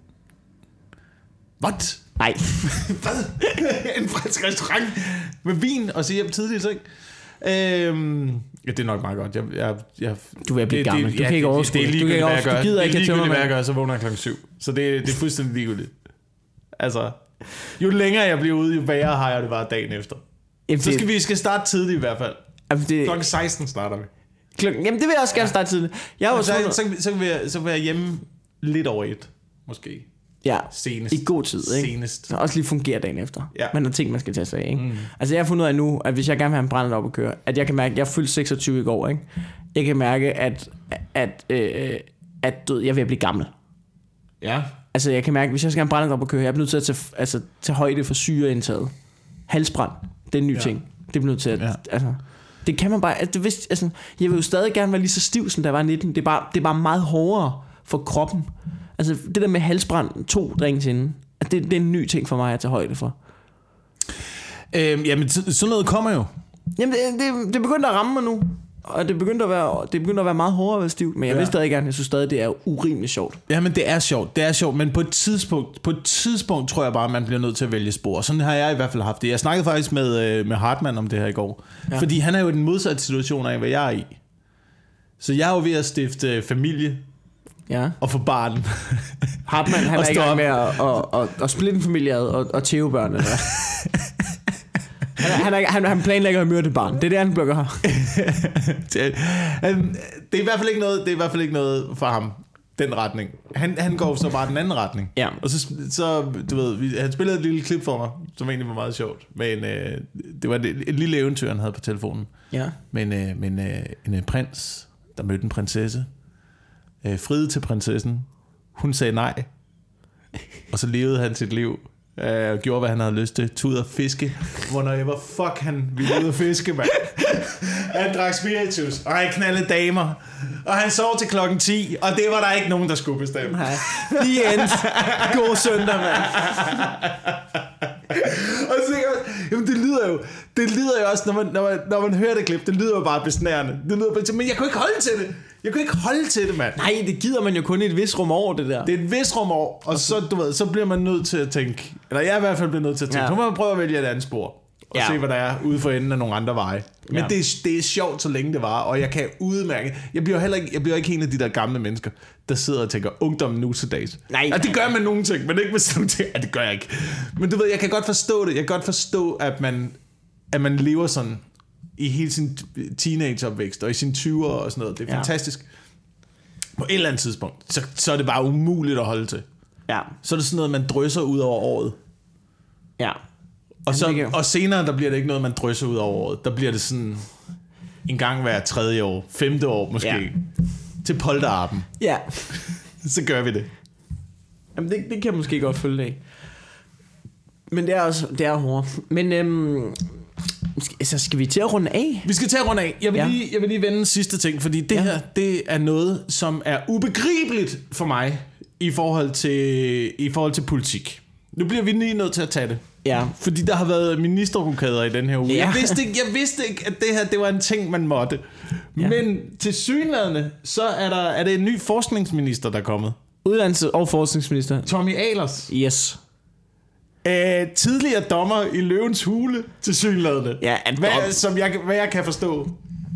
What? Nej. Hvad? En fransk restaurant med vin og så hjem tidligt, ikke? Øhm, ja, det er nok meget godt. Jeg, jeg, jeg, du vil blive det, gammel. Det, du ja, kan ikke overskue det. Det er ligegyldigt, hvad jeg gør. Du gider ikke det er ligegyldigt, hvad jeg gør, så vågner jeg klokken syv. Så det, det er fuldstændig ligegyldigt. Altså, jo længere jeg bliver ude, jo værre har jeg det bare dagen efter. Jamen, så skal det, vi skal starte tidligt i hvert fald. Jamen det, klokken seksten starter vi. Jamen, det vil jeg også gerne starte tidligt. Jeg var så, så, så, så, vil jeg, så vil jeg hjemme lidt over et, måske. Ja, senest. I god tid, ikke? Senest. Så også lige fungerer dagen efter. Ja. Man har ting, man skal tage sig af, ikke? Mm. Altså, jeg har fundet ud af nu, at hvis jeg gerne vil have en brænder op at køre, at jeg kan mærke, at jeg er fyldt seksogtyve i går, ikke? Jeg kan mærke, at, at, øh, at død, jeg er ved at blive gammel. Ja. Altså, jeg kan mærke, at hvis jeg skal have en brænder op at køre, jeg er nødt til at tage, altså, tage højde for syreindtaget. Halsbrand, det er en ny ja. ting. Det er nødt til at... Ja. Altså, det kan man bare... Altså, det vidste, altså, jeg vil jo stadig gerne være lige så stiv, som da jeg var nitten. Det er bare, det er bare meget hårdere for kroppen. Altså, det der med halsbrand, to drinks inden, det, det er en ny ting for mig at tage højde for. Øhm, jamen, sådan noget kommer jo. Jamen, det, det, det begynder at ramme mig nu. Og det begyndte at være, det begyndte at være meget hårdere at være stivt. Men jeg ja. vil stadig gerne, jeg synes stadig, det er urimeligt sjovt. Ja, men det er sjovt, det er sjovt. Men på et tidspunkt, på et tidspunkt tror jeg bare, man bliver nødt til at vælge spor. Sådan har jeg i hvert fald haft det. Jeg snakkede faktisk med, med Hartmann om det her i går. Ja. Fordi han er jo i den modsatte situation af, hvad jeg er i. Så jeg er jo ved at stifte familie. Ja. Og få barn. Hartmann, han er i gang med at, at, at, at splitte en familie ad og, og tæve børnene. Han, han, han, han planlægger at myrde et barn. Det er det, han bør gøre. det, det er i hvert fald ikke noget, det er i hvert fald ikke noget for ham, den retning. Han, han går så bare den anden retning. Ja. Og så, så du ved, vi, han spillede et lille klip for mig, som egentlig var meget sjovt. Men øh, det var et, et lille eventyr, han havde på telefonen. Ja. Men, øh, men øh, en, en prins, der mødte en prinsesse, øh, friede til prinsessen. Hun sagde nej. Og så levede han sit liv. Og uh, gjorde, hvad han havde lyst til. Tog ud og fiske. Whenever fuck han ville ud og fiske, mand. Han drak spiritus, og han knaldede damer. Og han sov til klokken ti, og det var der ikke nogen, der skulle bestemme. Nej. The end. God søndag, mand. Og så jamen, det lyder jo, det lyder jo også, når man, når man, når man hører det klip, det lyder jo bare besnærende. Det lyder bare, men jeg kunne ikke holde til det. Jeg kunne ikke holde til det, mand. Nej, det gider man jo kun i et vis rum over, det der. Det er et vis rum over, og så, du ved, så bliver man nødt til at tænke, eller jeg er i hvert fald blevet nødt til at tænke, ja. så må man prøve at vælge et andet spor, og ja. se, hvad der er ude for enden af nogle andre veje. Men ja. det, er, det er sjovt, så længe det var, og jeg kan udmærke, jeg bliver heller ikke, jeg bliver ikke en af de der gamle mennesker, der sidder og tænker, ungdommen nu til dags. Nej. Ja, det gør man nogle ting, men ikke med sådan ting. Ja, det gør jeg ikke. Men du ved, jeg kan godt forstå det. Jeg kan godt forstå, at man, at man lever sådan i hele sin teenageopvækst, og i sine tyvere og sådan noget. Det er ja. fantastisk. På et eller andet tidspunkt, så, så er det bare umuligt at holde til. Ja. Så er det sådan noget, man drysser ud over året. Ja. Og, så, og senere, der bliver det ikke noget, man drysser ud over året. Der bliver det sådan en gang hver tredje år, femte år måske. Ja. Til polterappen. Ja. Så gør vi det. Jamen, det, det kan jeg måske godt følge af. Men det er også, det er hårdt. Men øhm, så skal vi til at runde af? Vi skal til at runde af. Jeg vil, ja. lige, jeg vil lige vende sidste ting, fordi det ja. her, det er noget, som er ubegribeligt for mig i forhold til, i forhold til politik. Nu bliver vi lige nødt til at tage det. Ja. Fordi der har været ministerrokader i den her uge. Ja. Jeg vidste ikke, jeg vidste ikke, at det her det var en ting, man måtte. Ja. Men til synlædende, så er, der, er det en ny forskningsminister, der er kommet. Uddannelses- og forskningsminister. Tommy Ahlers. Yes. Æh, tidligere dommer i Løvens Hule, til synlædende. Ja, hvad, som jeg, hvad jeg kan forstå.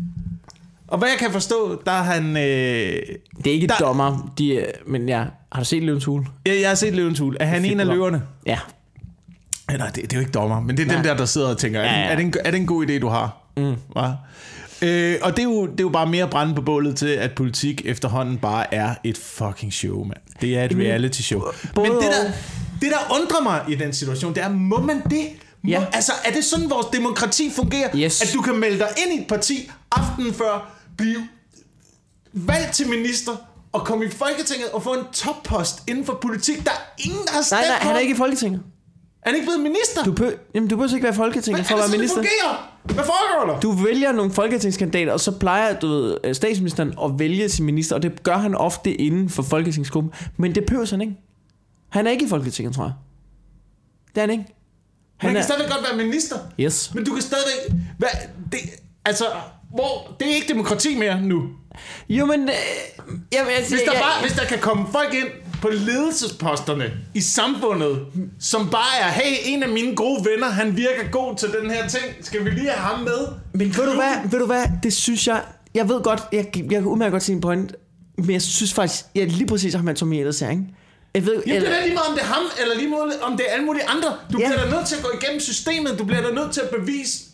Og hvad jeg kan forstå, der er han... Øh, det er ikke der, dommer, de, men ja, har du set Løvens Hule? Ja, jeg har set Løvens Hule. Er han en af løverne? Ja. Ja, nej, det, det er jo ikke dommer, men det er Nej. den der, der sidder og tænker, er, ja, ja. Er, det en, er det en god idé, du har? Mm. Øh, og det er, jo, det er jo bare mere brænde på bålet til, at politik efterhånden bare er et fucking show, mand. Det er et reality show. Men det der, det der undrer mig i den situation, det er, må man det? Må, ja. Altså, er det sådan, vores demokrati fungerer? Yes. At du kan melde dig ind i et parti aftenen før, blive valgt til minister, og komme i Folketinget og få en toppost inden for politik? Der er ingen, der har stemt. Nej, nej, han er ikke i Folketinget. Er han ikke blevet minister? Du, bø- Jamen, du behøver ikke være i Folketinget for at være minister. Hvad er det sådan, det fungerer? Hvad foregår der? Du vælger nogle folketingskandidater, og så plejer du ved, statsministeren at vælge sin minister, og det gør han ofte inden for folketingsgruppen. Men det behøver han ikke. Han er ikke i Folketinget, tror jeg. Det er han ikke. Han kan er... stadigvæk godt være minister. Yes. Men du kan stadigvæk... Hvad? Det, altså, hvor... Det er ikke demokrati mere nu. Jo, men... Øh, jamen, altså, hvis, der jeg, bare, jeg, hvis der kan komme folk ind på ledelsesposterne i samfundet, som bare er, hey, en af mine gode venner, han virker god til den her ting. Skal vi lige have ham med? Men ved du hvad? Ved du hvad? Det synes jeg... Jeg ved godt... Jeg, jeg kan udmærket godt sige en point. Men jeg synes faktisk... Jeg lige præcis har man Tommy Ahlers her, ikke? Jeg ved, Jamen, det er lige meget om det er ham, eller lige meget om det er alle mulige andre. Du ja. bliver da nødt til at gå igennem systemet. Du bliver da nødt til at bevise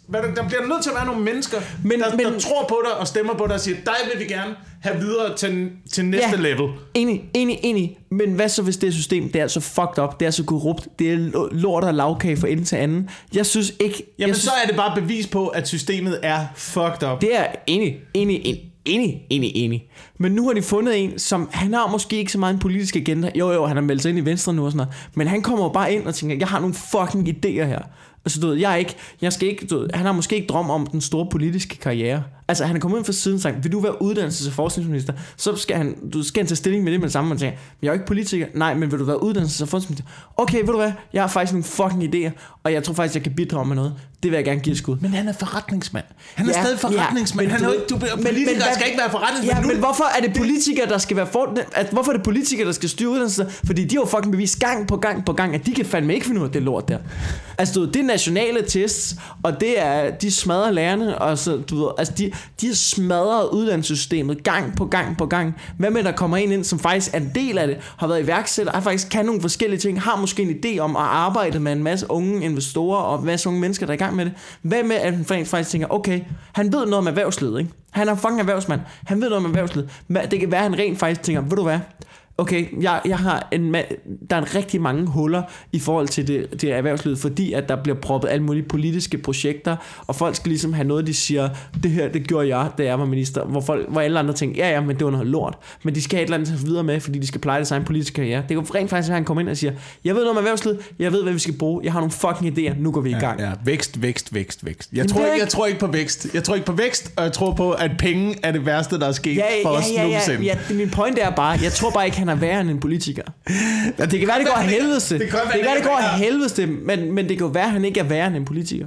Der bliver nødt til at være nogle mennesker, men, der, men, der tror på dig og stemmer på dig og siger, dig vil vi gerne have videre til, til næste ja, level. Enig, enig, enig. Men hvad så hvis det system, det er så fucked up, det er så korrupt, det er lort og lavkage fra ende til anden. Jeg synes ikke... Jamen synes, så er det bare bevis på, at systemet er fucked up. Det er enig, enig, enig. Enig, enig, enig. Men nu har de fundet en, som han har måske ikke så meget en politisk agenda. Jo, jo, han har meldt sig ind i Venstre nu og sådan noget. Men han kommer bare ind og tænker, jeg har nogle fucking idéer her. Altså, du ved, jeg er ikke, jeg skal ikke, du ved, han har måske ikke drøm om den store politiske karriere. Altså, han er kommet ind fra siden og sagt, vil du være uddannelses- og forskningsminister? Så skal han, du skal han tage stilling med det med det samme, og tænker, jeg er jo ikke politiker. Nej, men vil du være uddannelses- og forskningsminister? Okay, ved du hvad, jeg har faktisk nogle fucking idéer, og jeg tror faktisk, jeg kan bidrage med noget. Det vil jeg gerne give et skud. Men han er forretningsmand. Han er ja, stadig forretningsmand. Ja, han er jo ikke, du, politikere men, skal ikke være forretningsmand. Ja, men hvorfor er det politikere, der skal være for, at, hvorfor er det politikere, der skal styre uddannelser? Fordi de har jo fucking bevist gang på gang på gang, at de kan fandme ikke finde ud af det lort der. Altså, du ved, det er nationale tests, og det er, de smadrer lærerne, og så, du ved, altså, de, de har smadret uddannelsessystemet gang på gang på gang. Hvad med, der kommer en ind, som faktisk er en del af det, har været iværksætter, har faktisk kan nogle forskellige ting, har måske en idé om at arbejde med en masse unge investorer, og en masse unge mennesker, der er i gang med det. Hvad med, at han faktisk tænker, okay, han ved noget om erhvervslivet, ikke? Han er fucking erhvervsmand. Han ved noget om erhvervslivet. Det kan være, at han rent faktisk tænker, ved du hvad? Okay, jeg, jeg har en, der er rigtig mange huller i forhold til det, det erhvervslivet, fordi at der bliver proppet alle mulige politiske projekter, og folk skal ligesom have noget, de siger, det her, det gjorde jeg, da jeg var minister, hvor, folk, hvor alle andre tænker, ja ja, men det var noget lort, men de skal have et eller andet videre med, fordi de skal pleje det samme politiske karriere. Det kan rent faktisk være, at han kommer ind og siger, jeg ved noget om erhvervslivet, jeg ved, hvad vi skal bruge, jeg har nogle fucking idéer, nu går vi i gang. Ja, ja. Vækst, vækst, vækst, vækst. Jeg tror, ikke, jeg tror ikke på vækst. Jeg tror ikke på vækst, og jeg tror på, at penge er det værste, der er sket ja, for ja, os ja, ja, nogensinde. Ja, ja, min point er bare, jeg tror bare ikke, han er værre end en politiker. Ja, det kan være, det går af helvede til. Det kan være, det går af helvede til, men, men det kan jo være, at han ikke er værre end en politiker.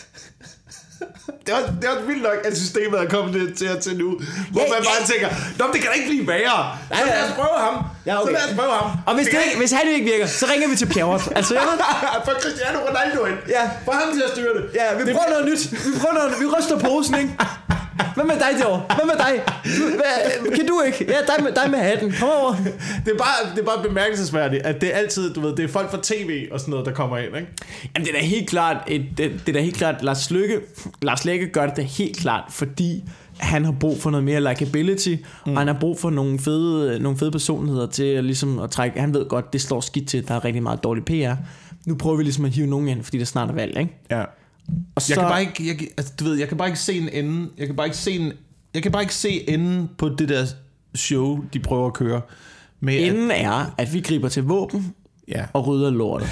Det er, det er også vildt nok, at systemet er kommet lidt til, til nu. Hvor ja, man bare ja. tænker, nå, det kan da ikke blive værre. Så lad os prøve ham. Ja, okay. Så lad os prøve ham. Og hvis, det det ikke, hvis han ikke virker, så ringer vi til Pjerrot. Altså, jeg ved... For Cristiano Ronaldo ind. Ja. For ham til at styre det. Ja, vi det prøver noget nyt. Vi prøver noget, vi ryster posen, ikke? Hvad med dig derovre? Hvad med dig? Du, hvad, kan du ikke? Ja, dig med, dig med hatten. Kom over. Det er bare, det er bare bemærkelsesværdigt, at det er altid, du ved, det er folk fra tv og sådan noget, der kommer ind, ikke? Jamen, det er da helt klart, et, det, det er da helt klart, Lars Løkke, Lars Løkke gør det da helt klart, fordi han har brug for noget mere likability, mm. og han har brug for nogle fede, nogle fede personligheder til at, ligesom at trække. Han ved godt, det slår skidt til, der er rigtig meget dårlig P R. Nu prøver vi ligesom at hive nogen ind, fordi det snart er valg, ikke? Ja. Og så... Jeg kan bare ikke, jeg, altså, du ved, jeg kan bare ikke se en ende. Jeg kan bare ikke se en, jeg kan bare ikke se enden på det der show, de prøver at køre. Med enden at, er, at vi griber til våben ja. og rydder lortet.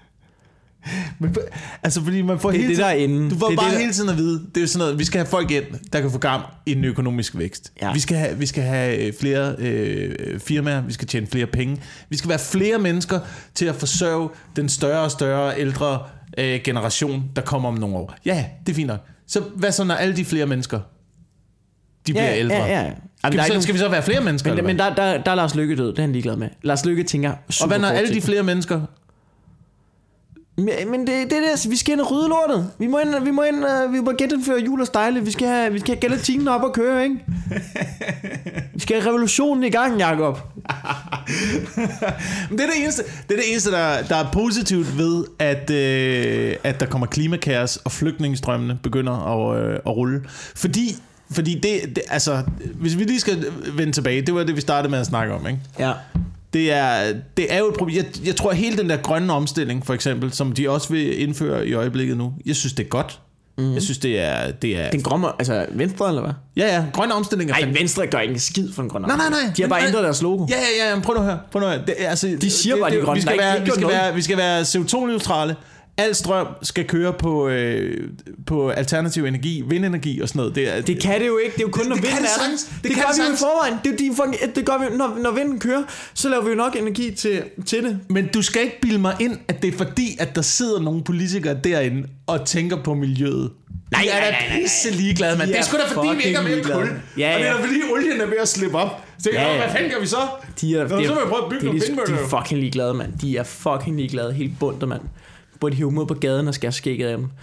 Men, altså fordi man får det hele det, der tiden, du får det bare det, hele tiden at vide, det er jo sådan noget, vi skal have folk ind, der kan få gang i den økonomiske vækst. Ja. Vi skal have, vi skal have flere øh, firmaer, vi skal tjene flere penge. Vi skal være flere mennesker til at forsørge den større og større ældre øh, generation, der kommer om nogle år. Ja, det er fint nok. Så hvad så, når alle de flere mennesker, de bliver ja, ældre? Ja, ja. Skal, vi så, nogen... skal vi så være flere mennesker? Men, men der, der, der er Lars Løkke død, det er han ligeglad med. Lars Løkke tænker super. Og hvad når alle de flere mennesker? Men, men det, det er det, vi skal ind og rydde lortet. Vi må ind, vi må ind, uh, vi må genindføre jul og stejle. Vi skal have, vi skal have gelatinen op og køre, ikke? Vi skal have revolutionen i gang, Jacob. Men det er det eneste, det er det eneste der, der er positivt ved, at, øh, at der kommer klimakaos, og flygtningestrømmene begynder at, øh, at rulle. Fordi, fordi det, det, altså, hvis vi lige skal vende tilbage, det var det, vi startede med at snakke om, ikke? Ja. Det er, det er jo et problem. Jeg, jeg tror, at hele den der grønne omstilling, for eksempel, som de også vil indføre i øjeblikket nu, jeg synes, det er godt. Mm. Jeg synes, det er... Det er den grønne, altså Venstre, eller hvad? Ja, ja, grønne omstilling. Nej, Venstre gør ikke en skid for den grønne omstilling. Nej, nej, nej. De har bare ændret deres logo. Ja, ja, ja, prøv nu at høre. Prøv nu at høre. Det, altså, de siger det, bare, det, de grønne. Vi skal, være, vi, skal være, vi skal være C O to neutrale. Al strøm skal køre på, øh, på alternativ energi, vindenergi og sådan noget. Det, er, det kan det jo ikke. Det er jo kun, det, når det vinden er det, det, det gør vi jo i forvejen. Det, det, det gør vi, når, når vinden kører, så laver vi jo nok energi til, til det. Men du skal ikke bilde mig ind, at det er fordi, at der sidder nogle politikere derinde og tænker på miljøet. Nej, de er da pisse ligeglade, mand. Det er sgu da fordi, vi ikke har mere kul. Ja, ja. Og det er da fordi, olien er ved at slippe op. Så tænker jeg, ja, ja. Hvad fanden gør vi så? De er, Nå, de er, så må vi prøve at bygge nogle vindmøller. De er fucking ligeglade, mand. De er fucking ligeglade. Helt bundet, mand. Burde hive dem ud på gaden og skære skægget af dem.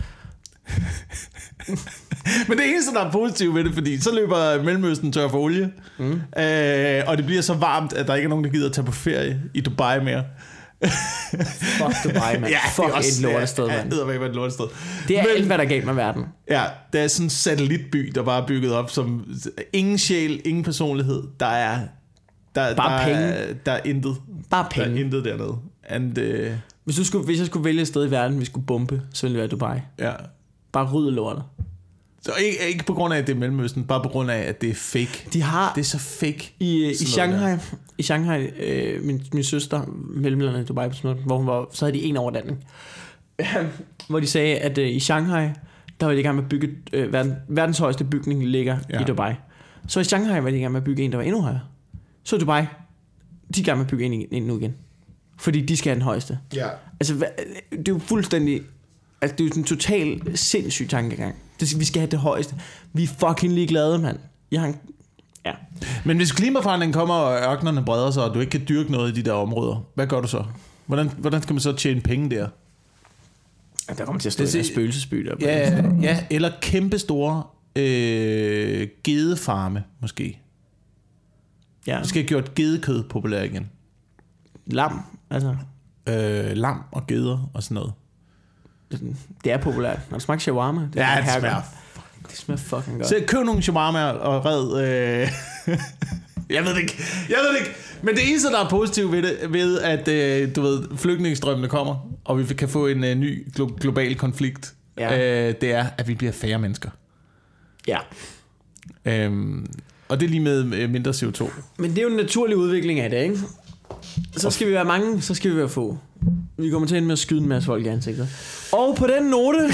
Men det eneste, der er positivt ved det, fordi så løber Mellemøsten tør for olie, mm. øh, og det bliver så varmt, at der ikke er nogen, der gider at tage på ferie i Dubai mere. Fuck Dubai, mand. Ja, fuck et lortested, mand. Ja, det er et lortested. Det er Men, alt, hvad der er galt med verden. Ja, der er sådan en satellitby, der bare er bygget op som ingen sjæl, ingen personlighed. Der er der, bare der penge. Er, der er intet. Bare penge. Der er intet dernede. And, uh... hvis, du skulle, hvis jeg skulle vælge et sted i verden, vi skulle bombe, så ville det være Dubai. Ja. Bare rydde lortet. Så ikke, ikke på grund af, at det er Mellemøsten, bare på grund af, at det er fake. De har... Det er så fake. I, i Shanghai, i Shanghai øh, min, min søster, mellemlandene i Dubai, hvor hun var, så havde de en overnatning. Hvor de sagde, at øh, i Shanghai, der var de i gang med at bygge, øh, verden, verdens højeste bygning ligger ja. i Dubai. Så i Shanghai var de i gang med at bygge en, der var endnu højere. Så i Dubai, de er i gang med at bygge en, en nu igen. Fordi de skal have den højeste. Ja. Altså, det er jo fuldstændig... Altså, det er jo en total sindssyg tankegang. Det, vi skal have det højeste. Vi er fucking ligeglade, mand. Jeg har en... Ja. Men hvis klimaforandringen kommer, og ørkenerne breder sig, og du ikke kan dyrke noget i de der områder, hvad gør du så? Hvordan, hvordan skal man så tjene penge der? Ja, der kommer til at stå en spøgelsesby der. Ja, ja, eller kæmpe store øh, gedefarme, måske. Ja. Vi skal have gjort gedekød populært igen. Lam, altså. Øh, lam og geder og sådan noget. Det er populært. Når det smager shawarma, det ja, det smager, det smager fucking godt. Så køb nogle shawarma og red... Øh... jeg ved det ikke. Jeg ved det ikke. Men det eneste, der er positivt ved, det, ved at øh, du ved, flygtningestrømmene kommer, og vi kan få en øh, ny glo- global konflikt, ja. øh, det er, at vi bliver færre mennesker. Ja. Øhm, og det er lige med øh, mindre C O to. Men det er jo en naturlig udvikling af det, ikke? Så skal vi være mange, så skal vi være få. Vi kommer til at ende med at skyde en masse folk i ansigtet. Og på den note...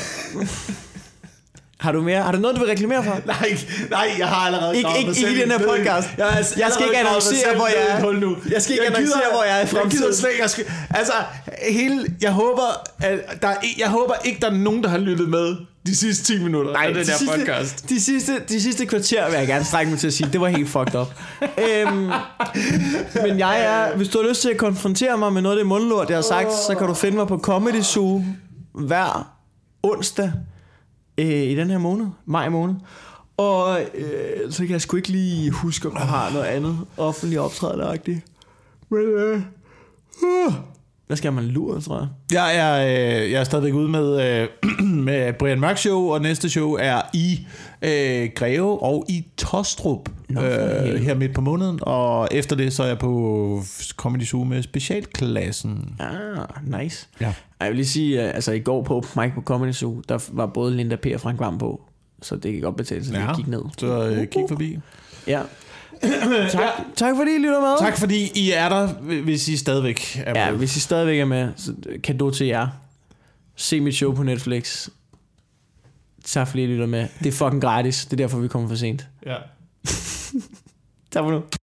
Har du mere? Har du noget, du vil reklamere for? Nej, nej, jeg har allerede ikke, ikke, ikke i den her podcast. Jeg, jeg, jeg skal ikke annoncere, hvor jeg er. Nu. Jeg skal ikke jeg annoncere, gider, hvor jeg er i fremtiden. Jeg gider slet, jeg skal, altså, hele, jeg håber, at der, jeg håber ikke, der er nogen, der har lyttet med de sidste ti minutter nej, af den de her sidste, podcast. De sidste, de sidste kvarter vil jeg gerne strække mig til at sige, det var helt fucked up. øhm, men jeg er, hvis du har lyst til at konfrontere mig med noget af det mundlort, jeg har sagt, så kan du finde mig på Comedy Zoo hver onsdag øh, i den her måned, maj måned. Og øh, så kan jeg sgu ikke lige huske, om jeg har noget andet offentligt optrædende-agtigt. Men øh, uh. Hvad skal man lure, tror jeg? Jeg er, øh, jeg er stadigvæk ude med, øh, med Brian Mørk Show, og næste show er i øh, Greve og i Tostrup Nå, øh, her midt på måneden. Og efter det, så er jeg på Comedy Zoo med specialklassen. Ah, nice. Ja. Jeg vil lige sige, altså i går på Mike på Comedy Zoo, der var både Linda P. og Frank Vam på. Så det kan godt betale sig, ja. At kigge ned. Så øh, kig forbi. Ja. tak, tak fordi I lytter med. Tak fordi I er der, hvis I stadigvæk er med. Ja, hvis I stadigvæk er med, så cadeau til jer. Se mit show på Netflix. Tak fordi I lytter med. Det er fucking gratis. Det er derfor vi kommer for sent. Ja. Tak for nu.